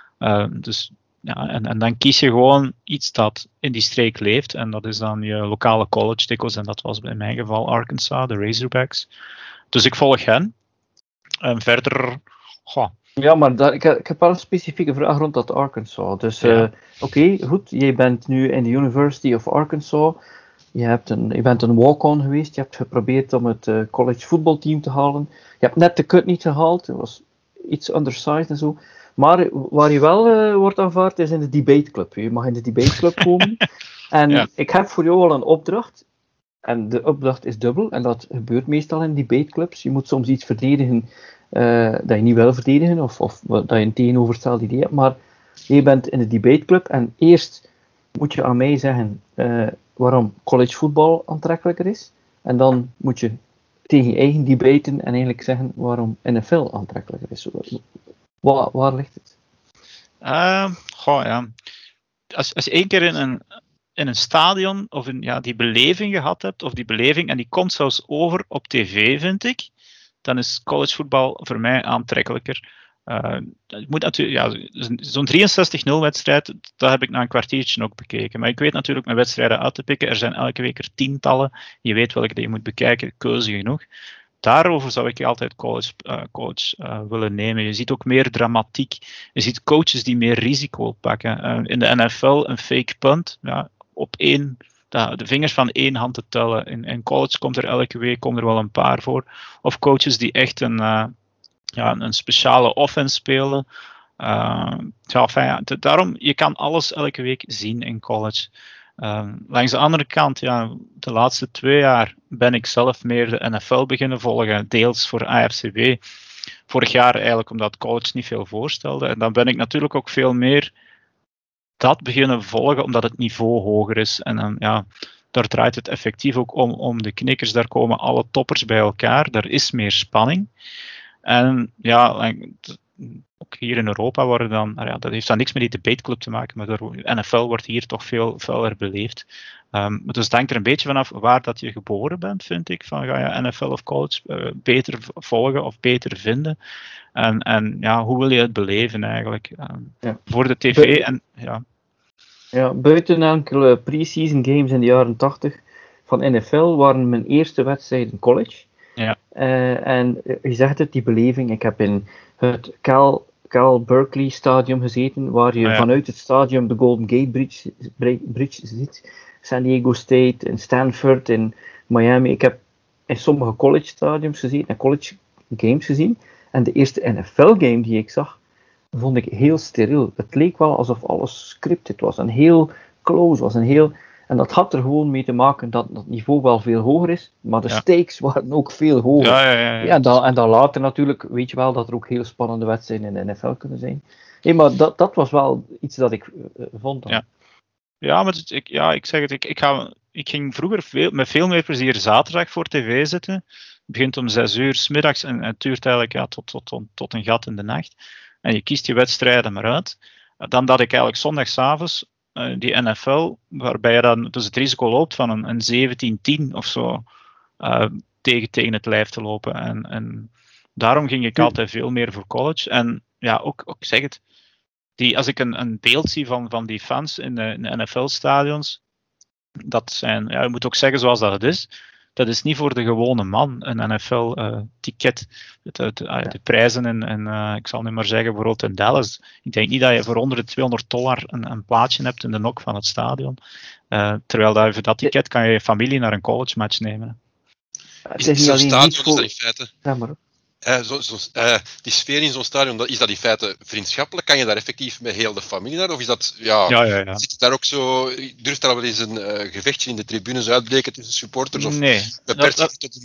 Speaker 3: En dan kies je gewoon iets dat in die streek leeft. En dat is dan je lokale college dikwijls. En dat was in mijn geval Arkansas, de Razorbacks. Dus ik volg hen. En verder...
Speaker 1: Ja, maar ik heb wel een specifieke vraag rond dat Arkansas. Dus oké, goed. Jij bent nu in de University of Arkansas. Je bent een walk-on geweest. Je hebt geprobeerd om het college voetbalteam te halen. Je hebt net de cut niet gehaald. Het was iets undersized en zo. Maar waar je wel wordt aanvaard is in de debateclub. Je mag in de debateclub komen. En ik heb voor jou al een opdracht. En de opdracht is dubbel. En dat gebeurt meestal in debateclubs. Je moet soms iets verdedigen dat je niet wil verdedigen. Of dat je een tegenovergesteld idee hebt. Maar je bent in de debateclub. En eerst moet je aan mij zeggen waarom college voetbal aantrekkelijker is. En dan moet je tegen je eigen debaten en eigenlijk zeggen waarom NFL aantrekkelijker is. Waar ligt het?
Speaker 3: Als je 1 keer in een stadion of die beleving gehad hebt, of die beleving, en die komt zelfs over op tv, vind ik, dan is collegevoetbal voor mij aantrekkelijker. Het moet natuurlijk, zo'n 63-0 wedstrijd, dat heb ik na een kwartiertje ook bekeken. Maar ik weet natuurlijk mijn wedstrijden uit te pikken. Er zijn elke week er tientallen. Je weet welke je moet bekijken, keuze genoeg. Daarover zou ik altijd college willen nemen. Je ziet ook meer dramatiek. Je ziet coaches die meer risico pakken. In de NFL een fake punt, op de vingers van 1 hand te tellen. In college komt er elke week wel een paar voor. Of coaches die echt een speciale offense spelen. Daarom, je kan alles elke week zien in college. Langs de andere kant, de laatste 2 jaar ben ik zelf meer de NFL beginnen volgen, deels voor AFCB. vorig jaar eigenlijk omdat college niet veel voorstelde. En dan ben ik natuurlijk ook veel meer dat beginnen volgen, omdat het niveau hoger is. En dan, ja, daar draait het effectief ook om de knikkers. Daar komen alle toppers bij elkaar. Daar is meer spanning. En ja, ook hier in Europa worden dan, ja, dat heeft dan niks met die debateclub te maken, maar de NFL wordt hier toch veel feller beleefd. Dus het hangt er een beetje vanaf waar dat je geboren bent, vind ik. Van, ga je NFL of college beter volgen of beter vinden? En ja, hoe wil je het beleven eigenlijk? Voor de tv en ja.
Speaker 1: Ja, buiten enkele pre-season games in de jaren 80 van NFL waren mijn eerste wedstrijden college.
Speaker 3: Ja.
Speaker 1: En je zegt het, die beleving. Ik heb in het Cal Berkeley Stadium gezeten, waar je vanuit het stadium de Golden Gate Bridge ziet. San Diego State, in Stanford, in Miami. Ik heb in sommige college stadiums gezien en college games gezien. En de eerste NFL game die ik zag, vond ik heel steriel. Het leek wel alsof alles scripted was en heel close was. En dat had er gewoon mee te maken dat het niveau wel veel hoger is, maar de stakes waren ook veel hoger. Ja, en dan later natuurlijk, weet je wel, dat er ook heel spannende wedstrijden in de NFL kunnen zijn. Nee, maar dat was wel iets dat ik vond dan.
Speaker 3: Ja, maar ik zeg het, ik ging vroeger met veel meer plezier zaterdag voor tv zitten. Het begint om 6 uur 's middags en het duurt eigenlijk tot een gat in de nacht. En je kiest je wedstrijden maar uit. Dan dat ik eigenlijk zondagsavonds die NFL, waarbij je dan dus het risico loopt van een 17-10 of zo tegen het lijf te lopen. En daarom ging ik altijd veel meer voor college. En ja, ook zeg het, als ik een beeld zie van die fans in de NFL-stadions, dat zijn, ja, je moet ook zeggen zoals dat het is. Dat is niet voor de gewone man een NFL-ticket. De prijzen ik zal nu maar zeggen, bijvoorbeeld in Dallas. Ik denk niet dat je voor onder de $200 een plaatje hebt in de nok van het stadion. Terwijl dat voor dat ticket kan je familie naar een college match nemen.
Speaker 2: Het is zo'n stadion, is dat in feite...
Speaker 1: Ja, maar...
Speaker 2: die sfeer in zo'n stadion, is dat in feite vriendschappelijk? Kan je daar effectief met heel de familie naar? Of is dat,
Speaker 3: ja.
Speaker 2: Zit het daar ook zo, durft er al wel eens een gevechtje in de tribunes uitbreken tussen supporters? Of
Speaker 3: nee.
Speaker 2: Beperkt zich tot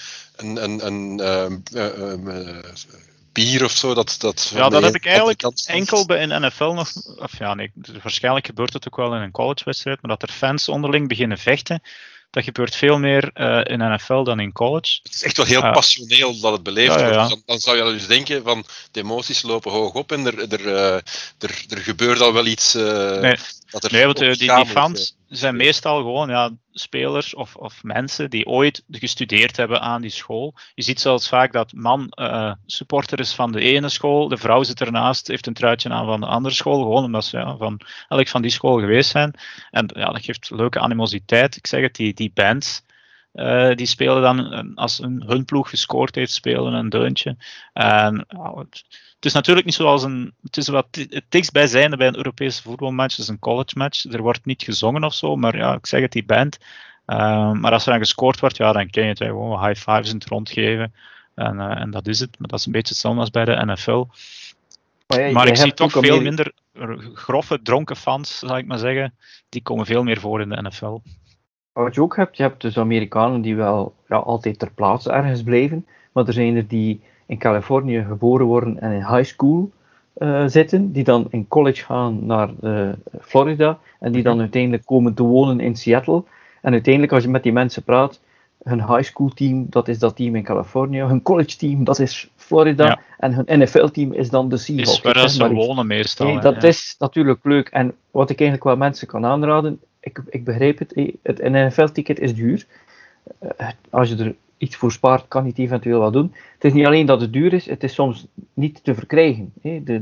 Speaker 2: een bier of zo? Dat
Speaker 3: heb ik eigenlijk enkel bij een NFL nog, waarschijnlijk gebeurt het ook wel in een collegewedstrijd, maar dat er fans onderling beginnen vechten. Dat gebeurt veel meer in NFL dan in college.
Speaker 2: Het is echt wel heel passioneel dat het beleefd wordt. Dus dan zou je dus denken van de emoties lopen hoog op en er gebeurt al wel iets.
Speaker 3: Want die fans zijn meestal gewoon spelers of mensen die ooit gestudeerd hebben aan die school. Je ziet zelfs vaak dat man supporter is van de ene school, de vrouw zit ernaast, heeft een truitje aan van de andere school, gewoon omdat ze van die school geweest zijn. En dat geeft leuke animositeit. Ik zeg het, die bands, die spelen dan, als hun ploeg gescoord heeft, spelen een deuntje. En het is natuurlijk niet zoals het is wat het dichtstbijzijnde bij een Europese voetbalmatch, dus een college match. Er wordt niet gezongen of zo, maar ik zeg het, die band. Maar als er dan gescoord wordt, dan kun je het gewoon high fives in het rond geven. En dat is het. Maar dat is een beetje hetzelfde als bij de NFL. Maar ik zie toch veel minder grove, dronken fans, zal ik maar zeggen. Die komen veel meer voor in de NFL.
Speaker 1: Wat je ook hebt, je hebt dus Amerikanen die wel altijd ter plaatse ergens blijven. Maar er zijn er die in Californië geboren worden en in high school zitten, die dan in college gaan naar Florida en die dan uiteindelijk komen te wonen in Seattle. En uiteindelijk, als je met die mensen praat, hun high school team, dat is dat team in Californië, hun college team, dat is Florida, en hun NFL team is dan de Seahawks.
Speaker 3: Is waar ze wonen meestal.
Speaker 1: Dat is natuurlijk leuk. En wat ik eigenlijk wel mensen kan aanraden, ik begrijp het, een NFL-ticket is duur. Als je er iets voor spaart, kan je het eventueel wel doen. Het is niet alleen dat het duur is, het is soms niet te verkrijgen.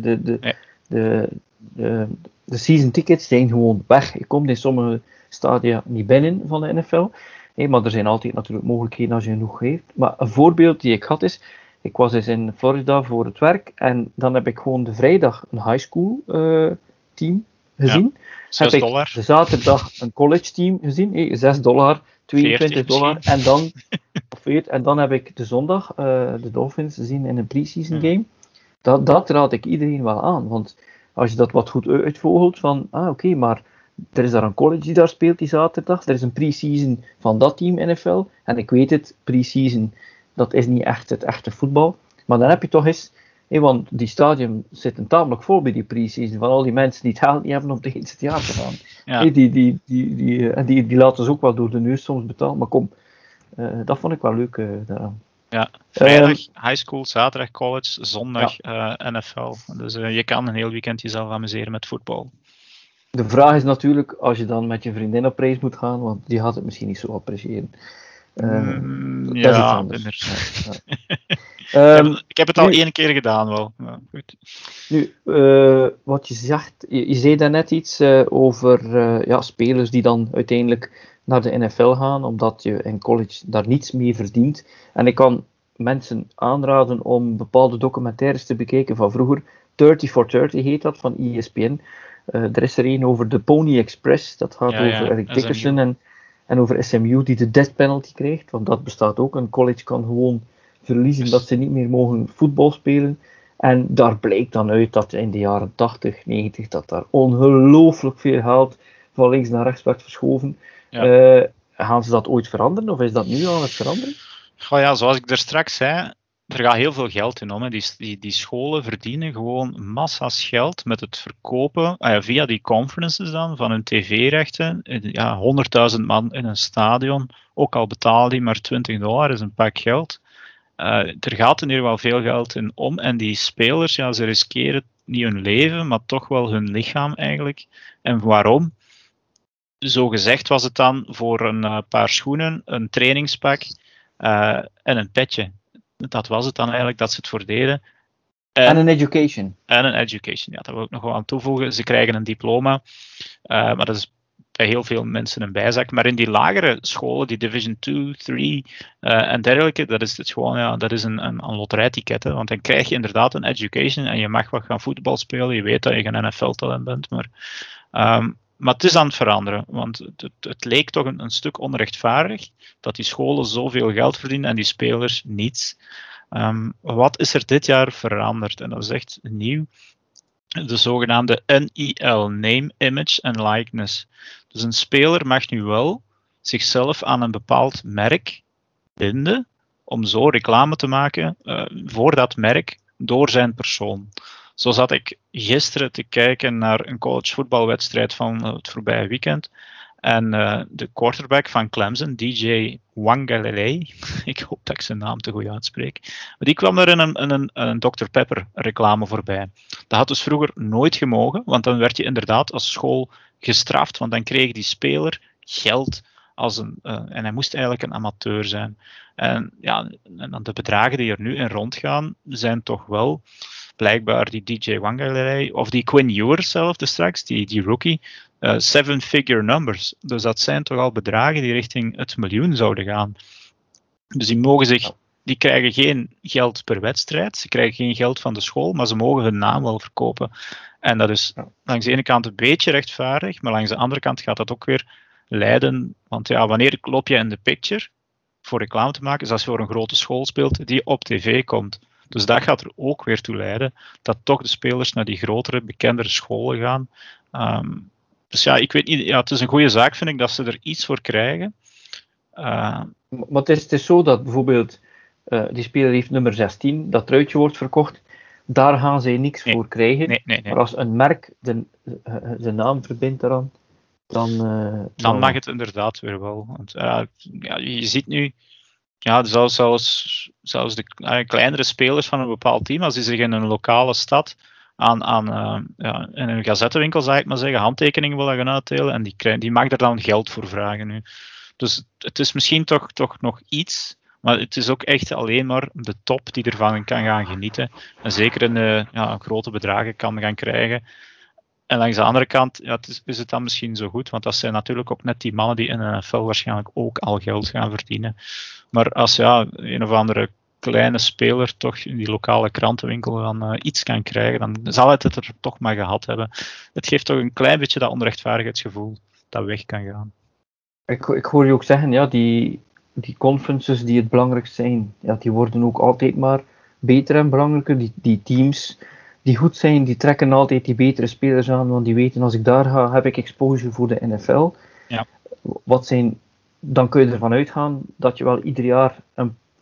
Speaker 1: De season tickets zijn gewoon weg. Je komt in sommige stadia niet binnen van de NFL. Maar er zijn altijd natuurlijk mogelijkheden als je genoeg heeft. Maar een voorbeeld die ik had is, ik was eens in Florida voor het werk en dan heb ik gewoon de vrijdag een high school team gezien. Heb ik de zaterdag een college team gezien, $6, $22 en dan heb ik de zondag de Dolphins gezien in een pre-season game. Dat raad ik iedereen wel aan, want als je dat wat goed uitvogelt van, oké, maar er is daar een college die daar speelt die zaterdag, er is een pre-season van dat team NFL, en ik weet het, pre-season, dat is niet echt het echte voetbal, Maar dan heb je toch eens, want die stadion zit tamelijk vol bij die pre-season, van al die mensen die het geld niet hebben om tegen het jaar te gaan.
Speaker 3: Ja.
Speaker 1: Die laten ze ook wel door de neus soms betalen, maar kom, dat vond ik wel leuk daaraan.
Speaker 3: Ja, vrijdag high school, zaterdag college, zondag NFL. Dus je kan een heel weekend jezelf amuseren met voetbal.
Speaker 1: De vraag is natuurlijk, als je dan met je vriendin op reis moet gaan, want die gaat het misschien niet zo appreciëren. Dat is iets anders.
Speaker 3: Ik heb het al 1 keer gedaan wel. Ja, goed.
Speaker 1: Nu, wat je zegt, je zei daarnet iets over spelers die dan uiteindelijk naar de NFL gaan, omdat je in college daar niets mee verdient. En ik kan mensen aanraden om bepaalde documentaires te bekijken van vroeger. 30 for 30 heet dat, van ESPN. Er is er een over de Pony Express, dat gaat over Eric Dickerson en over SMU die de death penalty krijgt, want dat bestaat ook. Een college kan gewoon verliezen dat ze niet meer mogen voetbal spelen. En daar blijkt dan uit dat in de jaren 80, 90, dat daar ongelooflijk veel geld van links naar rechts werd verschoven. Ja. Gaan ze dat ooit veranderen, of is dat nu aan het veranderen?
Speaker 3: Goh ja, zoals ik er straks zei, er gaat heel veel geld in om. Hè. Die scholen verdienen gewoon massa's geld met het verkopen, via die conferences dan, van hun tv-rechten. 100.000 man in een stadion, ook al betalen die maar $20, is een pak geld. Er gaat in ieder geval veel geld in om. En die spelers, ze riskeren niet hun leven, maar toch wel hun lichaam eigenlijk. En waarom? Zo gezegd was het dan voor een paar schoenen, een trainingspak en een petje. Dat was het dan eigenlijk dat ze het voor deden.
Speaker 1: En een education.
Speaker 3: En een education, ja, dat wil ik nog wel aan toevoegen. Ze krijgen een diploma, maar dat is bij heel veel mensen een bijzaak. Maar in die lagere scholen, die Division 2, 3 en dergelijke, dat is het gewoon, dat is een loterijticket. Hè? Want dan krijg je inderdaad een education en je mag wat gaan voetbal spelen. Je weet dat je geen NFL-talent bent, maar het is aan het veranderen, want het leek toch een stuk onrechtvaardig dat die scholen zoveel geld verdienen en die spelers niets. Wat is er dit jaar veranderd? En dat is echt nieuw. De zogenaamde NIL, Name, Image and Likeness. Dus een speler mag nu wel zichzelf aan een bepaald merk binden om zo reclame te maken voor dat merk door zijn persoon. Zo zat ik gisteren te kijken naar een collegevoetbalwedstrijd van het voorbije weekend. En de quarterback van Clemson, DJ Wangalele, ik hoop dat ik zijn naam te goed uitspreek, maar die kwam er in een Dr. Pepper reclame voorbij. Dat had dus vroeger nooit gemogen, want dan werd je inderdaad als school gestraft, want dan kreeg die speler geld en hij moest eigenlijk een amateur zijn. En de bedragen die er nu in rondgaan, zijn toch wel blijkbaar die DJ Wangalele, of die Quinn Ewers zelf, straks, die rookie, 7-figure numbers. Dus dat zijn toch al bedragen die richting het miljoen zouden gaan. Dus die krijgen geen geld per wedstrijd, ze krijgen geen geld van de school, maar ze mogen hun naam wel verkopen. En dat is langs de ene kant een beetje rechtvaardig, maar langs de andere kant gaat dat ook weer leiden. Want wanneer loop je in de picture voor reclame te maken, is als je voor een grote school speelt die op tv komt. Dus dat gaat er ook weer toe leiden dat toch de spelers naar die grotere, bekendere scholen gaan. Dus ik weet niet, het is een goede zaak, vind ik, dat ze er iets voor krijgen.
Speaker 1: Maar het is zo dat bijvoorbeeld die speler heeft nummer 16, dat truitje wordt verkocht, daar gaan zij niks voor krijgen.
Speaker 3: Nee.
Speaker 1: Maar als een merk de naam verbindt eraan,
Speaker 3: dan mag het inderdaad weer wel. Want, je ziet nu, zelfs de kleinere spelers van een bepaald team, als die zich in een lokale stad in een gazettenwinkel, zou ik maar zeggen, handtekeningen willen gaan uitdelen, en die mag er dan geld voor vragen nu. Dus het is misschien toch nog iets, maar het is ook echt alleen maar de top die ervan kan gaan genieten. En zeker in grote bedragen kan gaan krijgen. En langs de andere kant is het dan misschien zo goed, want dat zijn natuurlijk ook net die mannen die in de NFL waarschijnlijk ook al geld gaan verdienen. Maar als een of andere kleine speler toch in die lokale krantenwinkel dan iets kan krijgen, dan zal het er toch maar gehad hebben. Het geeft toch een klein beetje dat onrechtvaardigheidsgevoel dat weg kan gaan.
Speaker 1: Ik hoor je ook zeggen, die conferences die het belangrijkst zijn, die worden ook altijd maar beter en belangrijker. Die teams die goed zijn, die trekken altijd die betere spelers aan, want die weten, als ik daar ga, heb ik exposure voor de NFL.
Speaker 3: Ja.
Speaker 1: Dan kun je ervan uitgaan dat je wel ieder jaar een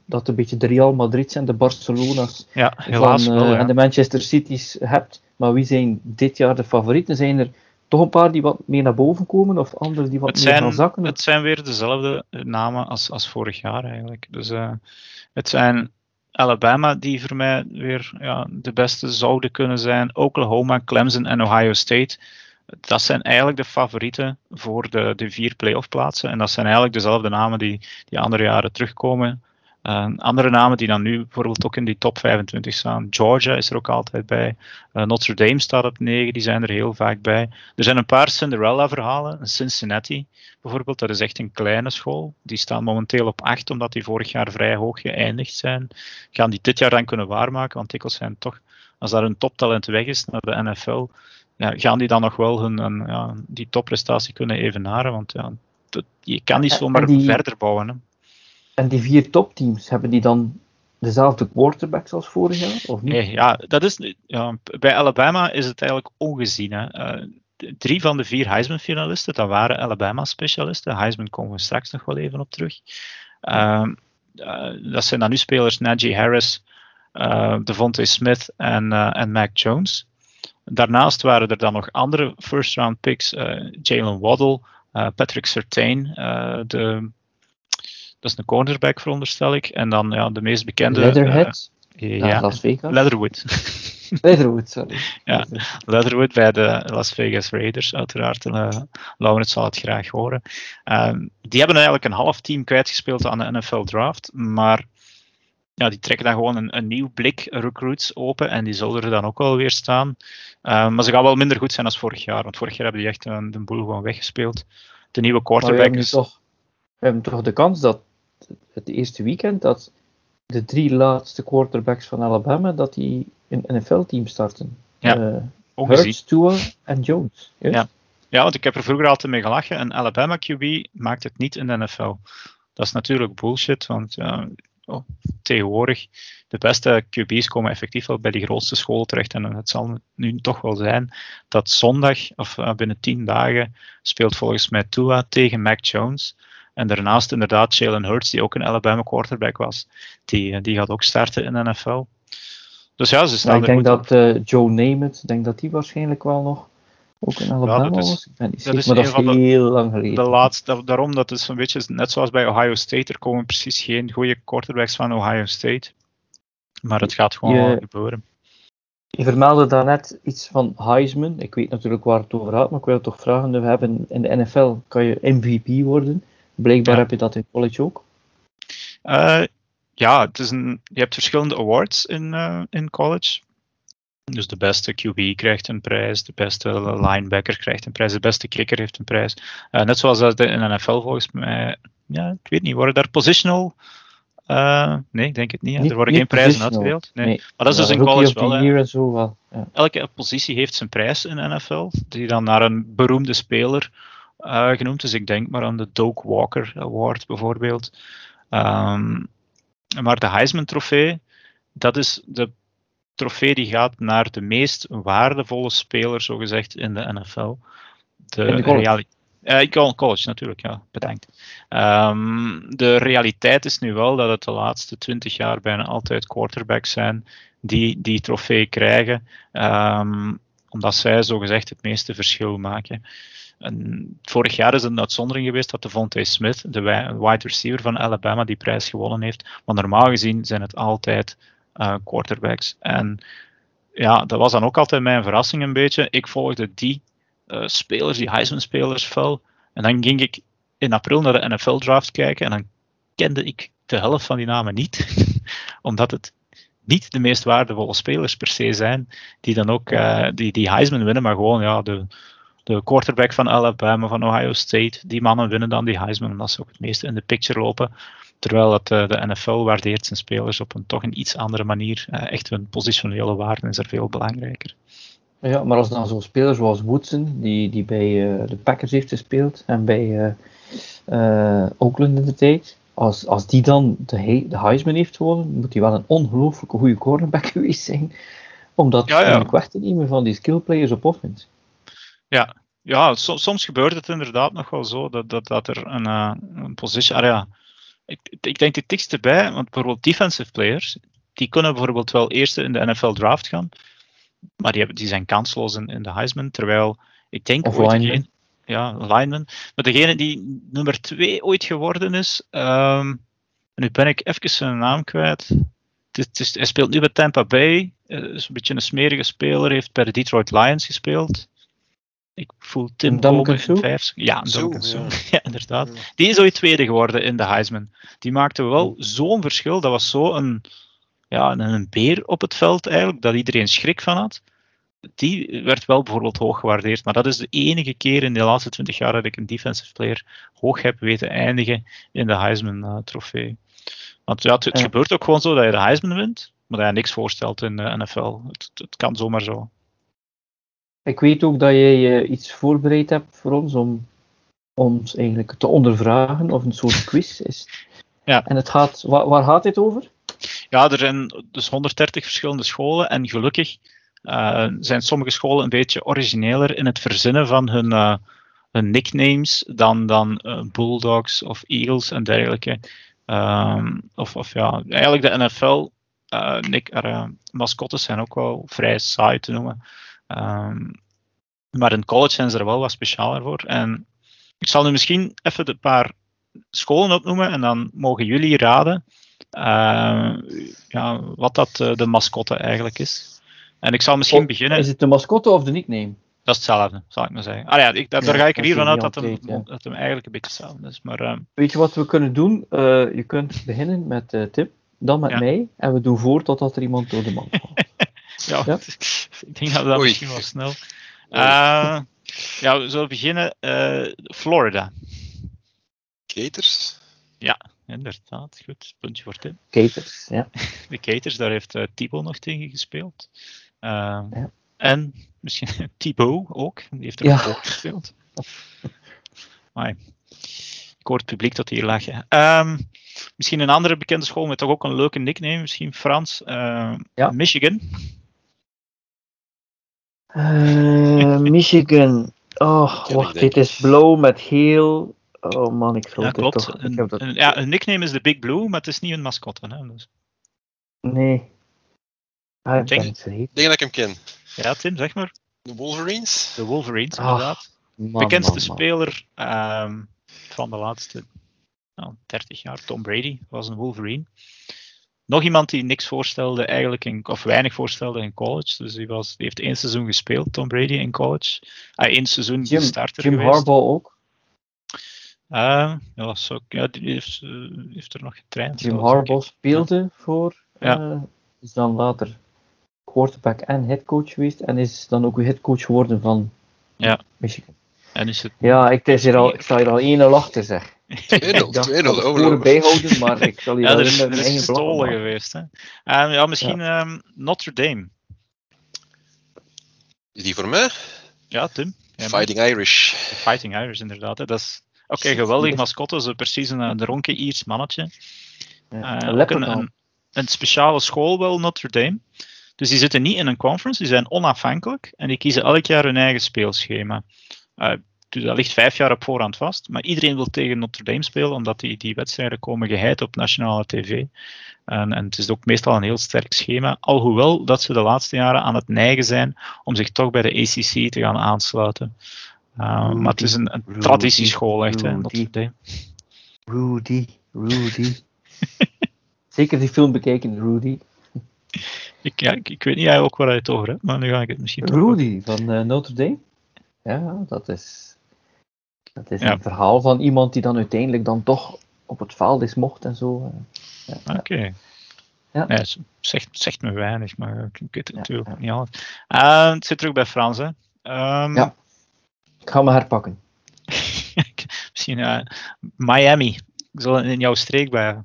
Speaker 1: dat je een beetje de Real Madrid's en de Barcelona's
Speaker 3: Ja, helaas wel, ja.
Speaker 1: en de Manchester City's hebt. Maar wie zijn dit jaar de favorieten? Zijn er toch een paar die wat meer naar boven komen, of anderen die wat meer gaan zakken?
Speaker 3: Het zijn weer dezelfde namen als vorig jaar eigenlijk. Dus het zijn Alabama die voor mij weer de beste zouden kunnen zijn. Oklahoma, Clemson en Ohio State. Dat zijn eigenlijk de favorieten voor de 4 playoff plaatsen. En dat zijn eigenlijk dezelfde namen die andere jaren terugkomen. Andere namen die dan nu bijvoorbeeld ook in die top 25 staan. Georgia is er ook altijd bij. Notre Dame staat op 9, die zijn er heel vaak bij. Er zijn een paar Cinderella-verhalen. Cincinnati bijvoorbeeld, dat is echt een kleine school. Die staan momenteel op 8, omdat die vorig jaar vrij hoog geëindigd zijn. Gaan die dit jaar dan kunnen waarmaken? Want dikwijls zijn toch, als daar een toptalent weg is naar de NFL, gaan die dan nog wel die topprestatie kunnen evenaren? Want je kan niet zomaar verder bouwen. Hè.
Speaker 1: En die 4 topteams, hebben die dan dezelfde quarterbacks als vorig jaar? Of niet?
Speaker 3: Nee, bij Alabama is het eigenlijk ongezien. Hè. 3 van de 4 Heisman-finalisten, dat waren Alabama-specialisten. Heisman komen we straks nog wel even op terug. Dat zijn dan nu spelers Najee Harris, Devontae Smith en Mac Jones. Daarnaast waren er dan nog andere first-round picks. Jalen Waddle, Patrick Surtain, dat is een cornerback, veronderstel ik. En dan de meest bekende...
Speaker 1: Leatherhead?
Speaker 3: Las
Speaker 1: Vegas?
Speaker 3: Leatherwood.
Speaker 1: Leatherwood, sorry.
Speaker 3: Ja, Leatherwood bij de Las Vegas Raiders, uiteraard. Laurens zal het graag horen. Die hebben eigenlijk een half team kwijtgespeeld aan de NFL Draft, maar die trekken dan gewoon een nieuw blik recruits open en die zullen er dan ook wel weer staan. Maar ze gaan wel minder goed zijn als vorig jaar, want vorig jaar hebben die echt de boel gewoon weggespeeld. De nieuwe quarterback is...
Speaker 1: We hebben toch de kans dat het eerste weekend dat de 3 laatste quarterbacks van Alabama dat die in een NFL-team starten. Hurts, Tua en Jones.
Speaker 3: Ja, want ik heb er vroeger altijd mee gelachen. Een Alabama QB maakt het niet in de NFL. Dat is natuurlijk bullshit, want tegenwoordig de beste QB's komen effectief wel bij die grootste school terecht. En het zal nu toch wel zijn dat zondag, of binnen 10 dagen, speelt volgens mij Tua tegen Mac Jones. En daarnaast inderdaad Jalen Hurts, die ook een Alabama quarterback was. Die gaat ook starten in de NFL. Dus ze staan
Speaker 1: ik denk dat Joe Namath, denk die waarschijnlijk wel nog ook in Alabama was. Ik ben niet zeker, maar dat is heel lang geleden.
Speaker 3: Daarom, dat is een beetje net zoals bij Ohio State. Er komen precies geen goede quarterbacks van Ohio State. Maar het gaat gewoon gebeuren.
Speaker 1: Je vermeldde daarnet iets van Heisman. Ik weet natuurlijk waar het over gaat, maar ik wil het toch vragen. We hebben in de NFL kan je MVP worden. Blijkbaar heb je dat in college ook.
Speaker 3: Je hebt verschillende awards in college. Dus de beste QB krijgt een prijs, de beste linebacker krijgt een prijs, de beste kicker heeft een prijs. Net zoals dat in de NFL volgens mij, ik weet niet, worden daar positional? Nee, ik denk het niet. Er worden geen prijzen uitgedeeld. Nee. Maar dat is dus in college wel. Elke positie heeft zijn prijs in de NFL, die dan naar een beroemde speler genoemd. Dus ik denk maar aan de Doak Walker Award bijvoorbeeld. Maar de Heisman trofee, dat is de trofee die gaat naar de meest waardevolle speler, zogezegd, in de NFL. College natuurlijk, ja, bedankt. De realiteit is nu wel dat het de laatste 20 jaar bijna altijd quarterbacks zijn die trofee krijgen, omdat zij zogezegd het meeste verschil maken. En vorig jaar is het een uitzondering geweest dat Devontae Smith, de wide receiver van Alabama, die prijs gewonnen heeft. Maar normaal gezien zijn het altijd quarterbacks. En dat was dan ook altijd mijn verrassing een beetje. Ik volgde die spelers, die Heisman-spelers fel. En dan ging ik in april naar de NFL-draft kijken en dan kende ik de helft van die namen niet. Omdat het niet de meest waardevolle spelers per se zijn, die dan ook die Heisman winnen, maar gewoon de quarterback van Alabama, van Ohio State, die mannen winnen dan die Heisman, omdat ze ook het meeste in de picture lopen. Terwijl dat de NFL waardeert zijn spelers op toch een iets andere manier. Echt hun positionele waarde is er veel belangrijker.
Speaker 1: Ja, maar als dan zo'n speler zoals Woodson, die bij de Packers heeft gespeeld en bij Oakland in de tijd, als die dan de Heisman heeft gewonnen, moet hij wel een ongelooflijke goede cornerback geweest zijn, om dat weg te nemen van die skillplayers op offense.
Speaker 3: Ja, soms gebeurt het inderdaad nog wel zo dat er een positie... Ik denk het dichtst erbij, want bijvoorbeeld defensive players, die kunnen bijvoorbeeld wel eerst in de NFL draft gaan, maar die zijn kansloos in de Heisman, terwijl ik denk
Speaker 1: Of
Speaker 3: ooit
Speaker 1: lineman.
Speaker 3: lineman, maar degene die nummer 2 ooit geworden is, en nu ben ik even zijn naam kwijt. Hij speelt nu bij Tampa Bay, is een beetje een smerige speler, heeft bij de Detroit Lions gespeeld. Ik voel Tim komen in 5. Ja, een Duncan Suh. Ja, inderdaad. Ja. Die is ooit tweede geworden in de Heisman. Die maakte wel zo'n verschil. Dat was zo een beer op het veld eigenlijk, dat iedereen schrik van had. Die werd wel bijvoorbeeld hoog gewaardeerd. Maar dat is de enige keer in de laatste 20 jaar dat ik een defensive player hoog heb weten eindigen in de Heisman-trofee. Want ja, het gebeurt ook gewoon zo dat je de Heisman wint, maar dat je niks voorstelt in de NFL. Het kan zomaar zo. Ik
Speaker 1: weet ook dat jij iets voorbereid hebt voor ons om ons eigenlijk te ondervragen, of een soort quiz is.
Speaker 3: Ja.
Speaker 1: En waar gaat dit over?
Speaker 3: Ja, er zijn dus 130 verschillende scholen en gelukkig zijn sommige scholen een beetje origineler in het verzinnen van hun nicknames dan Bulldogs of Eagles en dergelijke. Eigenlijk de NFL mascottes zijn ook wel vrij saai te noemen. Maar in college zijn ze er wel wat specialer voor. En ik zal nu misschien even een paar scholen opnoemen en dan mogen jullie raden wat dat de mascotte eigenlijk is. En ik zal misschien beginnen...
Speaker 1: Is het de mascotte of de nickname?
Speaker 3: Dat is hetzelfde, zal ik maar zeggen. Daar ga ik er hiervan uit dat hem eigenlijk een beetje hetzelfde is. Maar,
Speaker 1: weet je wat we kunnen doen? Je kunt beginnen met Tim, dan met mij, en we doen voor totdat er iemand door de man gaat.
Speaker 3: Ik denk dat we dat misschien wel snel... we zullen beginnen. Florida.
Speaker 2: Gators?
Speaker 3: Ja, inderdaad. Goed, puntje voor Tim.
Speaker 1: Gators, ja.
Speaker 3: De Gators, daar heeft Thibaut nog tegen gespeeld. En misschien Thibaut ook, die heeft er ook voor gespeeld. Ik hoor het publiek tot hier lachen. Misschien een andere bekende school met toch ook een leuke nickname, misschien Frans. Michigan.
Speaker 1: Michigan. Oh, wacht, dit is blauw met geel. Oh man, ik zal
Speaker 3: klopt.
Speaker 1: Toch...
Speaker 3: Een nickname is de Big Blue, maar het is niet een mascotte. Hè, dus.
Speaker 1: Nee.
Speaker 3: Ik
Speaker 2: denk dat ik hem ken.
Speaker 3: Ja, Tim, zeg maar.
Speaker 2: De Wolverines?
Speaker 3: De Wolverines, inderdaad. Bekendste speler van de laatste 30 jaar, Tom Brady, was een Wolverine. Nog iemand die niks voorstelde, of weinig voorstelde in college. Dus die heeft 1 seizoen gespeeld, Tom Brady, in college. 1 seizoen de starter
Speaker 1: Jim
Speaker 3: geweest.
Speaker 1: Harbaugh ook?
Speaker 3: Die heeft er nog getraind.
Speaker 1: Jim Harbaugh speelde voor... is dan later quarterback en headcoach geweest. En is dan ook weer headcoach geworden van Michigan.
Speaker 3: En is het...
Speaker 1: Ja, ik sta hier al 1-0 achter, zeg.
Speaker 2: 2-0, 2-0.
Speaker 1: Bijhouden, maar ik zal hier
Speaker 3: er
Speaker 1: is
Speaker 3: gestolen geweest. Hè? Misschien Notre Dame.
Speaker 2: Is die voor mij?
Speaker 3: Ja, Tim.
Speaker 2: Fighting Irish.
Speaker 3: Fighting Irish, inderdaad. Hè. Dat is geweldig mascotte. Zo precies een dronken Iers mannetje. Ook een speciale school wel, Notre Dame. Dus die zitten niet in een conference, die zijn onafhankelijk en die kiezen elk jaar hun eigen speelschema. Dus dat ligt 5 jaar op voorhand vast, maar iedereen wil tegen Notre Dame spelen, omdat die wedstrijden komen geheid op nationale tv. En het is ook meestal een heel sterk schema, alhoewel dat ze de laatste jaren aan het neigen zijn om zich toch bij de ACC te gaan aansluiten. Maar het is een traditieschool, echt, hè, Notre Dame.
Speaker 1: Rudy. Zeker die film bekijken, Rudy.
Speaker 3: Ik weet niet eigenlijk waar je het over hebt, maar nu ga ik het misschien
Speaker 1: Rudy van Notre Dame? Ja, dat is een verhaal van iemand die dan uiteindelijk dan toch op het veld is mocht en zo.
Speaker 3: Oké.
Speaker 1: Ja.
Speaker 3: Nee, zegt me weinig, maar ik weet het natuurlijk niet alles. Het zit terug bij Frans, hè.
Speaker 1: Ik ga me herpakken.
Speaker 3: Misschien Miami. Ik zal in jouw streek bij.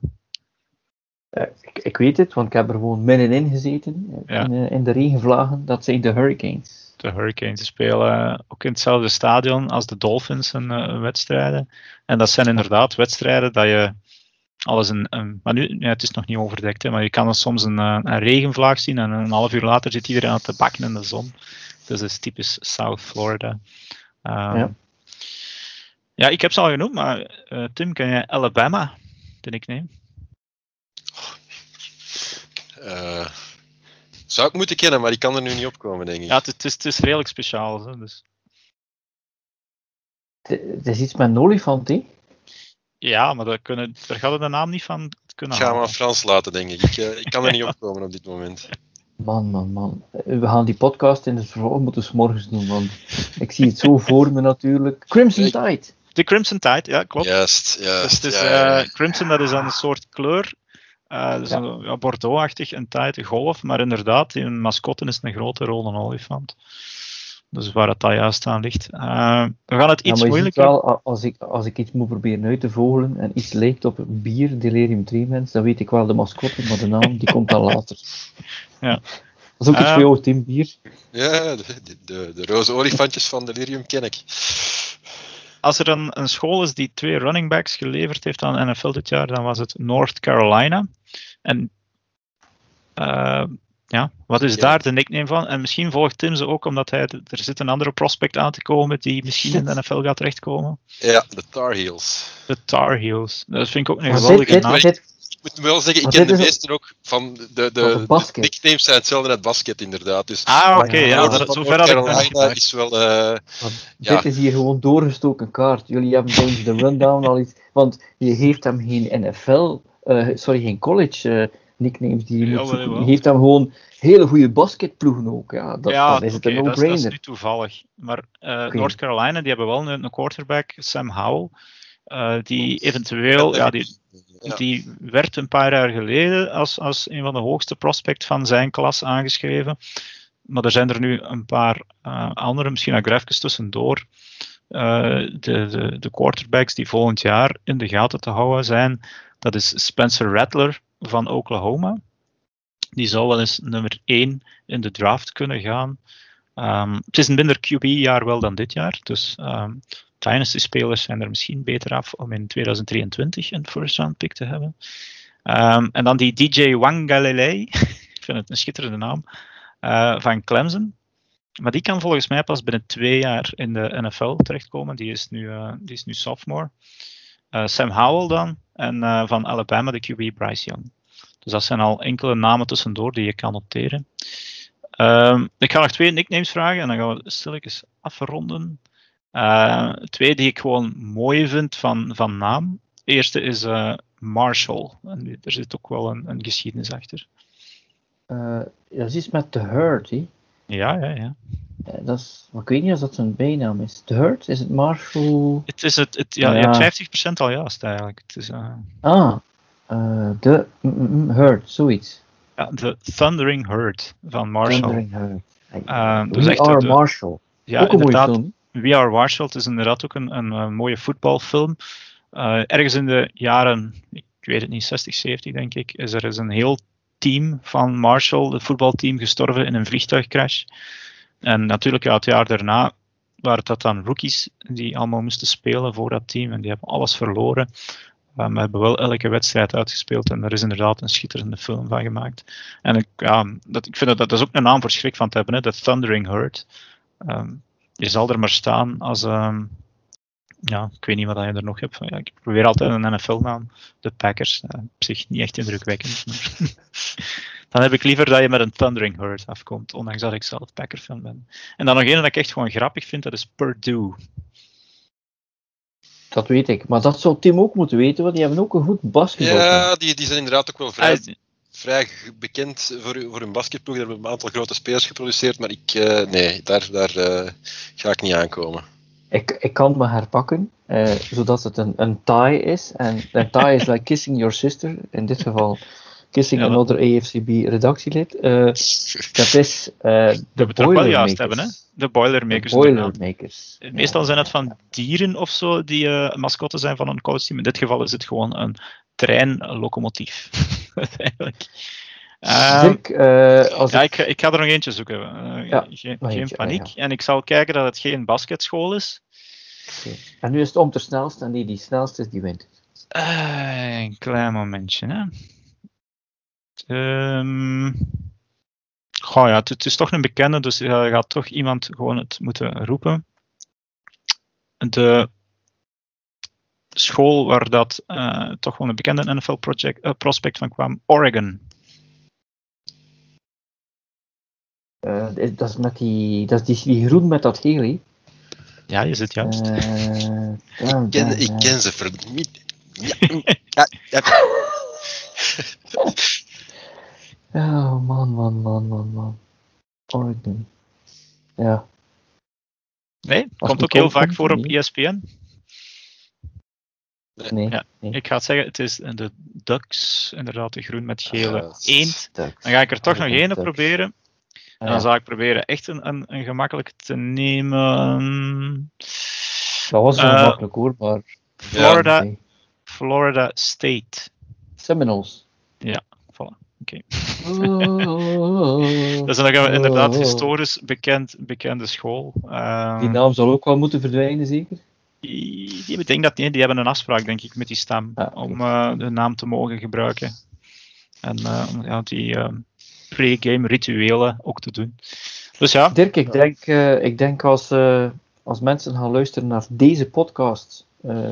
Speaker 1: Ik weet het, want ik heb er gewoon middenin gezeten. In de regenvlagen. Dat zijn de Hurricanes.
Speaker 3: De Hurricanes spelen ook in hetzelfde stadion als de Dolphins hun wedstrijden. En dat zijn inderdaad wedstrijden dat je alles maar nu, het is nog niet overdekt, hè, maar je kan soms een regenvlaag zien en een half uur later zit iedereen aan te bakken in de zon. Dus dat is typisch South Florida.
Speaker 1: Ja,
Speaker 3: ik heb ze al genoemd, maar Tim, ken je Alabama? de nickname?
Speaker 2: Zou ik moeten kennen, maar ik kan er nu niet op komen, denk ik.
Speaker 3: Ja, het is redelijk speciaal. Hè, dus.
Speaker 1: Het is iets met een olifant, hè?
Speaker 3: Ja, maar daar gaat de naam niet van kunnen
Speaker 2: Ik ga hem
Speaker 3: halen.
Speaker 2: aan Frans laten, denk ik. Ik kan er niet op komen op dit moment.
Speaker 1: Man. We gaan die podcast in het vervolg moeten 's morgens doen, want ik zie het zo voor me natuurlijk. Crimson Tide.
Speaker 3: De Crimson Tide, ja, klopt.
Speaker 2: Juist.
Speaker 3: Dus Crimson, dat is dan een soort kleur. Dus Bordeaux-achtig, een tide, golf. Maar inderdaad, die mascotte is een grote rode olifant. Dus waar dat juist aan ligt. We gaan het iets moeilijker...
Speaker 1: Wel, als ik iets moet proberen uit te vogelen en iets lijkt op bier, Delirium Tremens, dan weet ik wel de mascotte, maar de naam die komt dan later.
Speaker 3: Ja.
Speaker 1: Dat is ook iets voor jou, Tim, bier.
Speaker 2: Ja, de roze olifantjes van Delirium ken ik.
Speaker 3: Als er een school is die 2 running backs geleverd heeft aan de NFL dit jaar, dan was het North Carolina. En wat is daar de nickname van? En misschien volgt Tim ze ook omdat er zit een andere prospect aan te komen die misschien in de NFL gaat terechtkomen.
Speaker 2: Ja, de Tar Heels.
Speaker 3: De Tar Heels. Dat vind ik ook een geweldige naam.
Speaker 2: Ik moet wel zeggen, ik ken de meeste ook van de nicknames zijn hetzelfde net basket inderdaad. Dus
Speaker 3: oké, zover had ik
Speaker 2: Carolina is wel...
Speaker 1: Dit is hier gewoon doorgestoken kaart. Jullie hebben tijdens de rundown al iets... Want je geeft hem geen NFL... geen college nicknames die je moet zoeken. Je geeft hem gewoon hele goede basketploegen ook. Ja, dan is het een no-brainer.
Speaker 3: Dat is nu toevallig. Maar North Carolina, die hebben wel een quarterback, Sam Howell, die eventueel... Die werd een paar jaar geleden als een van de hoogste prospects van zijn klas aangeschreven. Maar er zijn er nu een paar andere, misschien ook even tussendoor. De quarterbacks die volgend jaar in de gaten te houden zijn, dat is Spencer Rattler van Oklahoma. Die zou wel eens nummer 1 in de draft kunnen gaan. Het is een minder QB-jaar wel dan dit jaar, dus... Dynasty-spelers zijn er misschien beter af om in 2023 een first-round pick te hebben. En dan die DJ Wangalele, ik vind het een schitterende naam, van Clemson. Maar die kan volgens mij pas binnen 2 jaar in de NFL terechtkomen. Die is nu sophomore. Sam Howell dan, en van Alabama de QB Bryce Young. Dus dat zijn al enkele namen tussendoor die je kan noteren. Ik ga nog 2 nicknames vragen en dan gaan we stilletjes afronden. 2 die ik gewoon mooi vind van naam. De eerste is Marshall. En er zit ook wel een geschiedenis achter.
Speaker 1: Dat is iets met The Herd, hè?
Speaker 3: Ja.
Speaker 1: Ik weet niet of dat zijn bijnaam is. The Herd? Is het Marshall?
Speaker 3: Het is je hebt 50% al juist eigenlijk. Het is,
Speaker 1: de Herd, zoiets.
Speaker 3: Ja, de Thundering Herd van Marshall.
Speaker 1: Thundering Herd.
Speaker 3: Dus
Speaker 1: We Are Marshall.
Speaker 3: Ja,
Speaker 1: ook een mooie film.
Speaker 3: We Are Marshall, het is inderdaad ook een mooie voetbalfilm. Ergens in de jaren, ik weet het niet, 60, 70 denk ik, is er een heel team van Marshall, het voetbalteam, gestorven in een vliegtuigcrash. En natuurlijk, het jaar daarna waren dat dan rookies die allemaal moesten spelen voor dat team. En die hebben alles verloren. Maar hebben wel elke wedstrijd uitgespeeld. En er is inderdaad een schitterende film van gemaakt. En ik vind dat is ook een naam voor schrik van te hebben, hè, de Thundering Herd. Je zal er maar staan als... ik weet niet wat je er nog hebt. Ja, ik probeer altijd een NFL-naam. De Packers. Op zich niet echt indrukwekkend. Maar dan heb ik liever dat je met een Thundering Herd afkomt. Ondanks dat ik zelf Packer-fan ben. En dan nog één dat ik echt gewoon grappig vind. Dat is Purdue.
Speaker 1: Dat weet ik. Maar dat zou Tim ook moeten weten. Want die hebben ook een goed basketbal.
Speaker 2: Ja, die zijn inderdaad ook wel vrij bekend voor hun basketploeg. Daar hebben een aantal grote spelers geproduceerd. Maar daar ga ik niet aankomen.
Speaker 1: Ik kan het me herpakken, zodat het een tie is. En een tie is like kissing your sister. In dit geval kissing another AFCB redactielid. Dat is de Boilermakers.
Speaker 3: Hebben, hè? De Boilermakers.
Speaker 1: Boilermakers.
Speaker 3: Meestal zijn het van dieren of zo die mascotten zijn van een coachteam. In dit geval is het gewoon een treinlocomotief. Eigenlijk. Ik ga er nog eentje zoeken. Geen paniek. Ja. En ik zal kijken dat het geen basketschool is.
Speaker 1: Okay. En nu is het om te snelst en die snelst is, die wint.
Speaker 3: Een klein momentje. Hè. Het is toch een bekende, dus gaat toch iemand gewoon het moeten roepen. school waar dat toch wel een bekende NFL-prospect van kwam, Oregon.
Speaker 1: Dat is met dat is die groen met dat geel, hè?
Speaker 3: Ja, je zit juist.
Speaker 2: Ik ken ze vermiet.
Speaker 1: Oh, man. Oregon. Ja.
Speaker 3: Nee, komt ook heel vaak voor op ESPN.
Speaker 1: Nee.
Speaker 3: Ja, nee. Ik ga het zeggen, het is de Ducks, inderdaad, de groen met gele eend. Dan ga ik er toch nog één proberen. En dan zal ik proberen echt een gemakkelijke te nemen.
Speaker 1: Dat was wel makkelijk hoor, maar...
Speaker 3: Florida State.
Speaker 1: Seminoles.
Speaker 3: Ja, voilà. Oké. Dus dan gaan we inderdaad historisch bekende school.
Speaker 1: Die naam zal ook wel moeten verdwijnen, zeker?
Speaker 3: Ik denk dat niet. Die hebben een afspraak, denk ik, met die stam om de naam te mogen gebruiken. En die pre-game rituelen ook te doen. Dus ja.
Speaker 1: Dirk, ik denk als mensen gaan luisteren naar deze podcast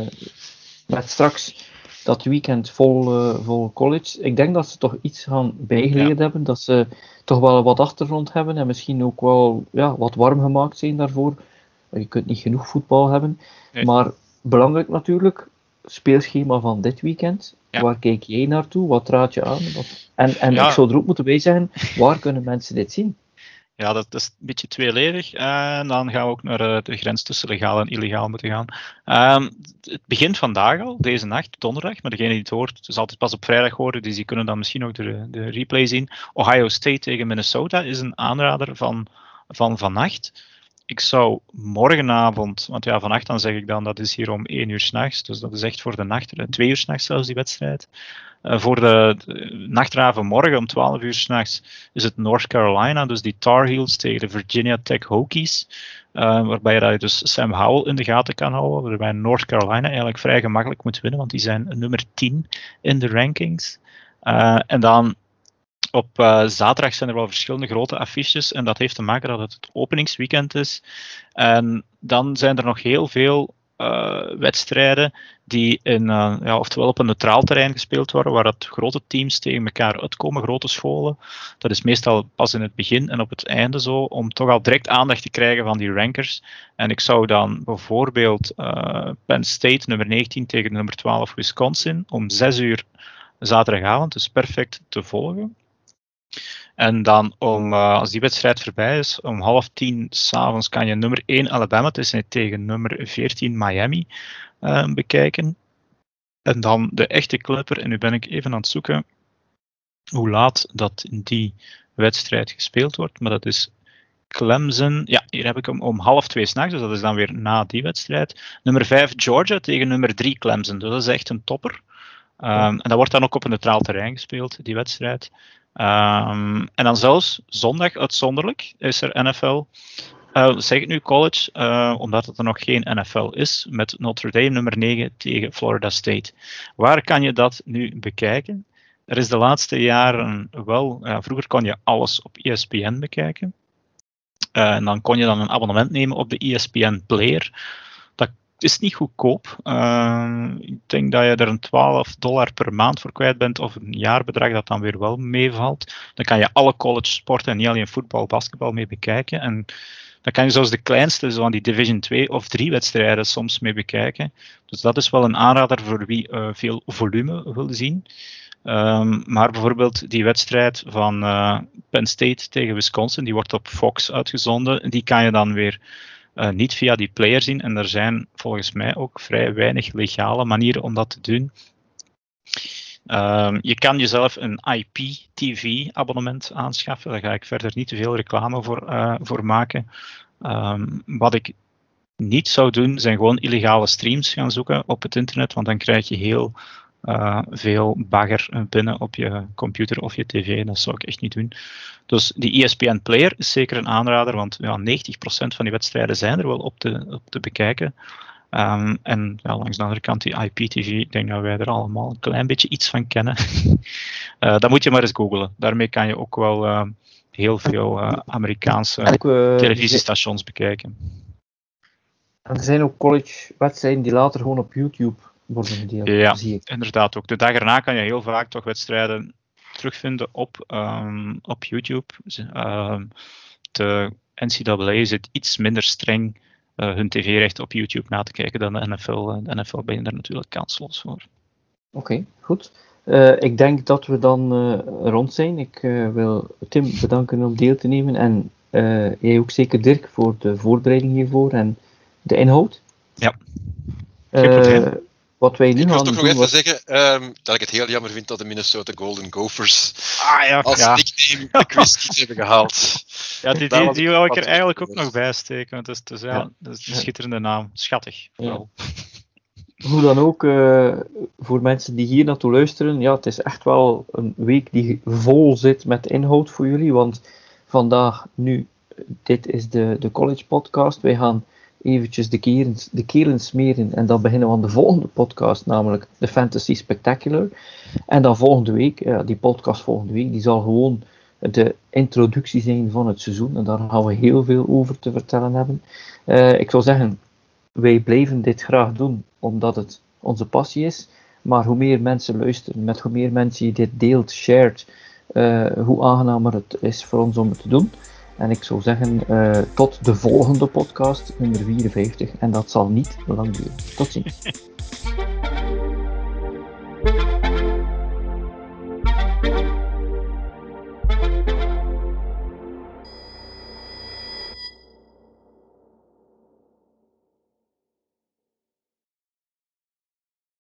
Speaker 1: met straks dat weekend vol college, ik denk dat ze toch iets gaan bijgeleerd hebben, dat ze toch wel wat achtergrond hebben en misschien ook wel wat warm gemaakt zijn daarvoor. Je kunt niet genoeg voetbal hebben, maar belangrijk natuurlijk, speelschema van dit weekend. Ja. Waar kijk jij naartoe? Wat raad je aan? En ik zou er ook moeten bij zeggen, waar kunnen mensen dit zien?
Speaker 3: Ja, dat is een beetje tweeledig. En dan gaan we ook naar de grens tussen legaal en illegaal moeten gaan. Het begint vandaag al, deze nacht, donderdag. Maar degene die het hoort, het is altijd pas op vrijdag horen, dus die kunnen dan misschien ook de replay zien. Ohio State tegen Minnesota is een aanrader van vannacht. Ik zou morgenavond, want ja, vannacht dan zeg ik dan, dat is hier om 1 uur 's nachts, dus dat is echt voor de nacht, 2 uur 's nachts zelfs die wedstrijd. Voor de nachtraven morgen om 12 uur 's nachts is het North Carolina, dus die Tar Heels tegen de Virginia Tech Hokies, waarbij je dus Sam Howell in de gaten kan houden, waarbij North Carolina eigenlijk vrij gemakkelijk moet winnen, want die zijn nummer 10 in de rankings. En dan op zaterdag zijn er wel verschillende grote affiches en dat heeft te maken dat het openingsweekend is. En dan zijn er nog heel veel wedstrijden die oftewel op een neutraal terrein gespeeld worden, waar dat grote teams tegen elkaar uitkomen, grote scholen. Dat is meestal pas in het begin en op het einde zo, om toch al direct aandacht te krijgen van die rankers. En ik zou dan bijvoorbeeld Penn State, nummer 19 tegen nummer 12 Wisconsin, om 6 uur zaterdagavond, dus perfect te volgen. En dan als die wedstrijd voorbij is, om 9:30 s'avonds kan je nummer 1 Alabama tegen nummer 14 Miami bekijken. En dan de echte clipper, en nu ben ik even aan het zoeken hoe laat dat in die wedstrijd gespeeld wordt, maar dat is Clemson. Ja, hier heb ik hem om 1:30 s'nachts, dus dat is dan weer na die wedstrijd. Nummer 5 Georgia tegen nummer 3 Clemson, dus dat is echt een topper. En dat wordt dan ook op een neutraal terrein gespeeld, die wedstrijd. En dan zelfs zondag uitzonderlijk is er NFL. Zeg ik nu college, omdat het er nog geen NFL is, met Notre Dame nummer 9 tegen Florida State. Waar kan je dat nu bekijken? Er is de laatste jaren wel, vroeger kon je alles op ESPN bekijken. En dan kon je dan een abonnement nemen op de ESPN Player. Het is niet goedkoop. Ik denk dat je er een $12 per maand voor kwijt bent, of een jaarbedrag dat dan weer wel meevalt. Dan kan je alle college sporten en niet alleen voetbal, basketbal mee bekijken. En dan kan je zelfs de kleinste, zo aan die Division 2 of 3 wedstrijden soms mee bekijken. Dus dat is wel een aanrader voor wie veel volume wil zien. Maar bijvoorbeeld die wedstrijd van Penn State tegen Wisconsin, die wordt op Fox uitgezonden. Die kan je dan weer niet via die player zien. En er zijn volgens mij ook vrij weinig legale manieren om dat te doen. Je kan jezelf een IPTV-abonnement aanschaffen. Daar ga ik verder niet te veel reclame voor maken. Wat ik niet zou doen, zijn gewoon illegale streams gaan zoeken op het internet, want dan krijg je heel veel bagger binnen op je computer of je tv. Dat zou ik echt niet doen. Dus die ESPN Player is zeker een aanrader, want 90% van die wedstrijden zijn er wel op te bekijken. En langs de andere kant, die IPTV, ik denk dat wij er allemaal een klein beetje iets van kennen. Dat moet je maar eens googlen. Daarmee kan je ook wel heel veel Amerikaanse televisiestations bekijken.
Speaker 1: En er zijn ook college-wedstrijden die later gewoon op YouTube worden gedeeld.
Speaker 3: Ja,
Speaker 1: zie ik.
Speaker 3: inderdaad ook. De dag erna kan je heel vaak toch wedstrijden terugvinden op YouTube. De NCAA zit iets minder streng hun tv-rechten op YouTube na te kijken dan de NFL. De NFL ben je daar natuurlijk kansloos voor.
Speaker 1: Oké, goed. Ik denk dat we dan rond zijn. Ik wil Tim bedanken om deel te nemen. En jij ook zeker, Dirk, voor de voorbereiding hiervoor en de inhoud.
Speaker 3: Ja, geen probleem.
Speaker 1: Wat wij nu
Speaker 2: Ik wil
Speaker 1: gaan
Speaker 2: toch
Speaker 1: doen,
Speaker 2: nog even zeggen dat ik het heel jammer vind dat de Minnesota Golden Gophers als nickname de quiz niet hebben gehaald.
Speaker 3: Ja, die wil ik er eigenlijk ook nog bij steken, want dat is een schitterende naam. Schattig, vooral.
Speaker 1: Ja. Hoe dan ook, voor mensen die hier naartoe luisteren, ja, het is echt wel een week die vol zit met inhoud voor jullie, want vandaag, dit is de college podcast. Wij gaan eventjes de kelen smeren en dan beginnen we aan de volgende podcast, namelijk de Fantasy Spectacular. En dan volgende week, die podcast volgende week, die zal gewoon de introductie zijn van het seizoen en daar gaan we heel veel over te vertellen hebben. Ik zou zeggen, wij blijven dit graag doen, omdat het onze passie is. Maar hoe meer mensen luisteren, met hoe meer mensen je dit deelt, shared, hoe aangenamer het is voor ons om het te doen. En ik zou zeggen, tot de volgende podcast, nummer 54. En dat zal niet lang duren. Tot ziens.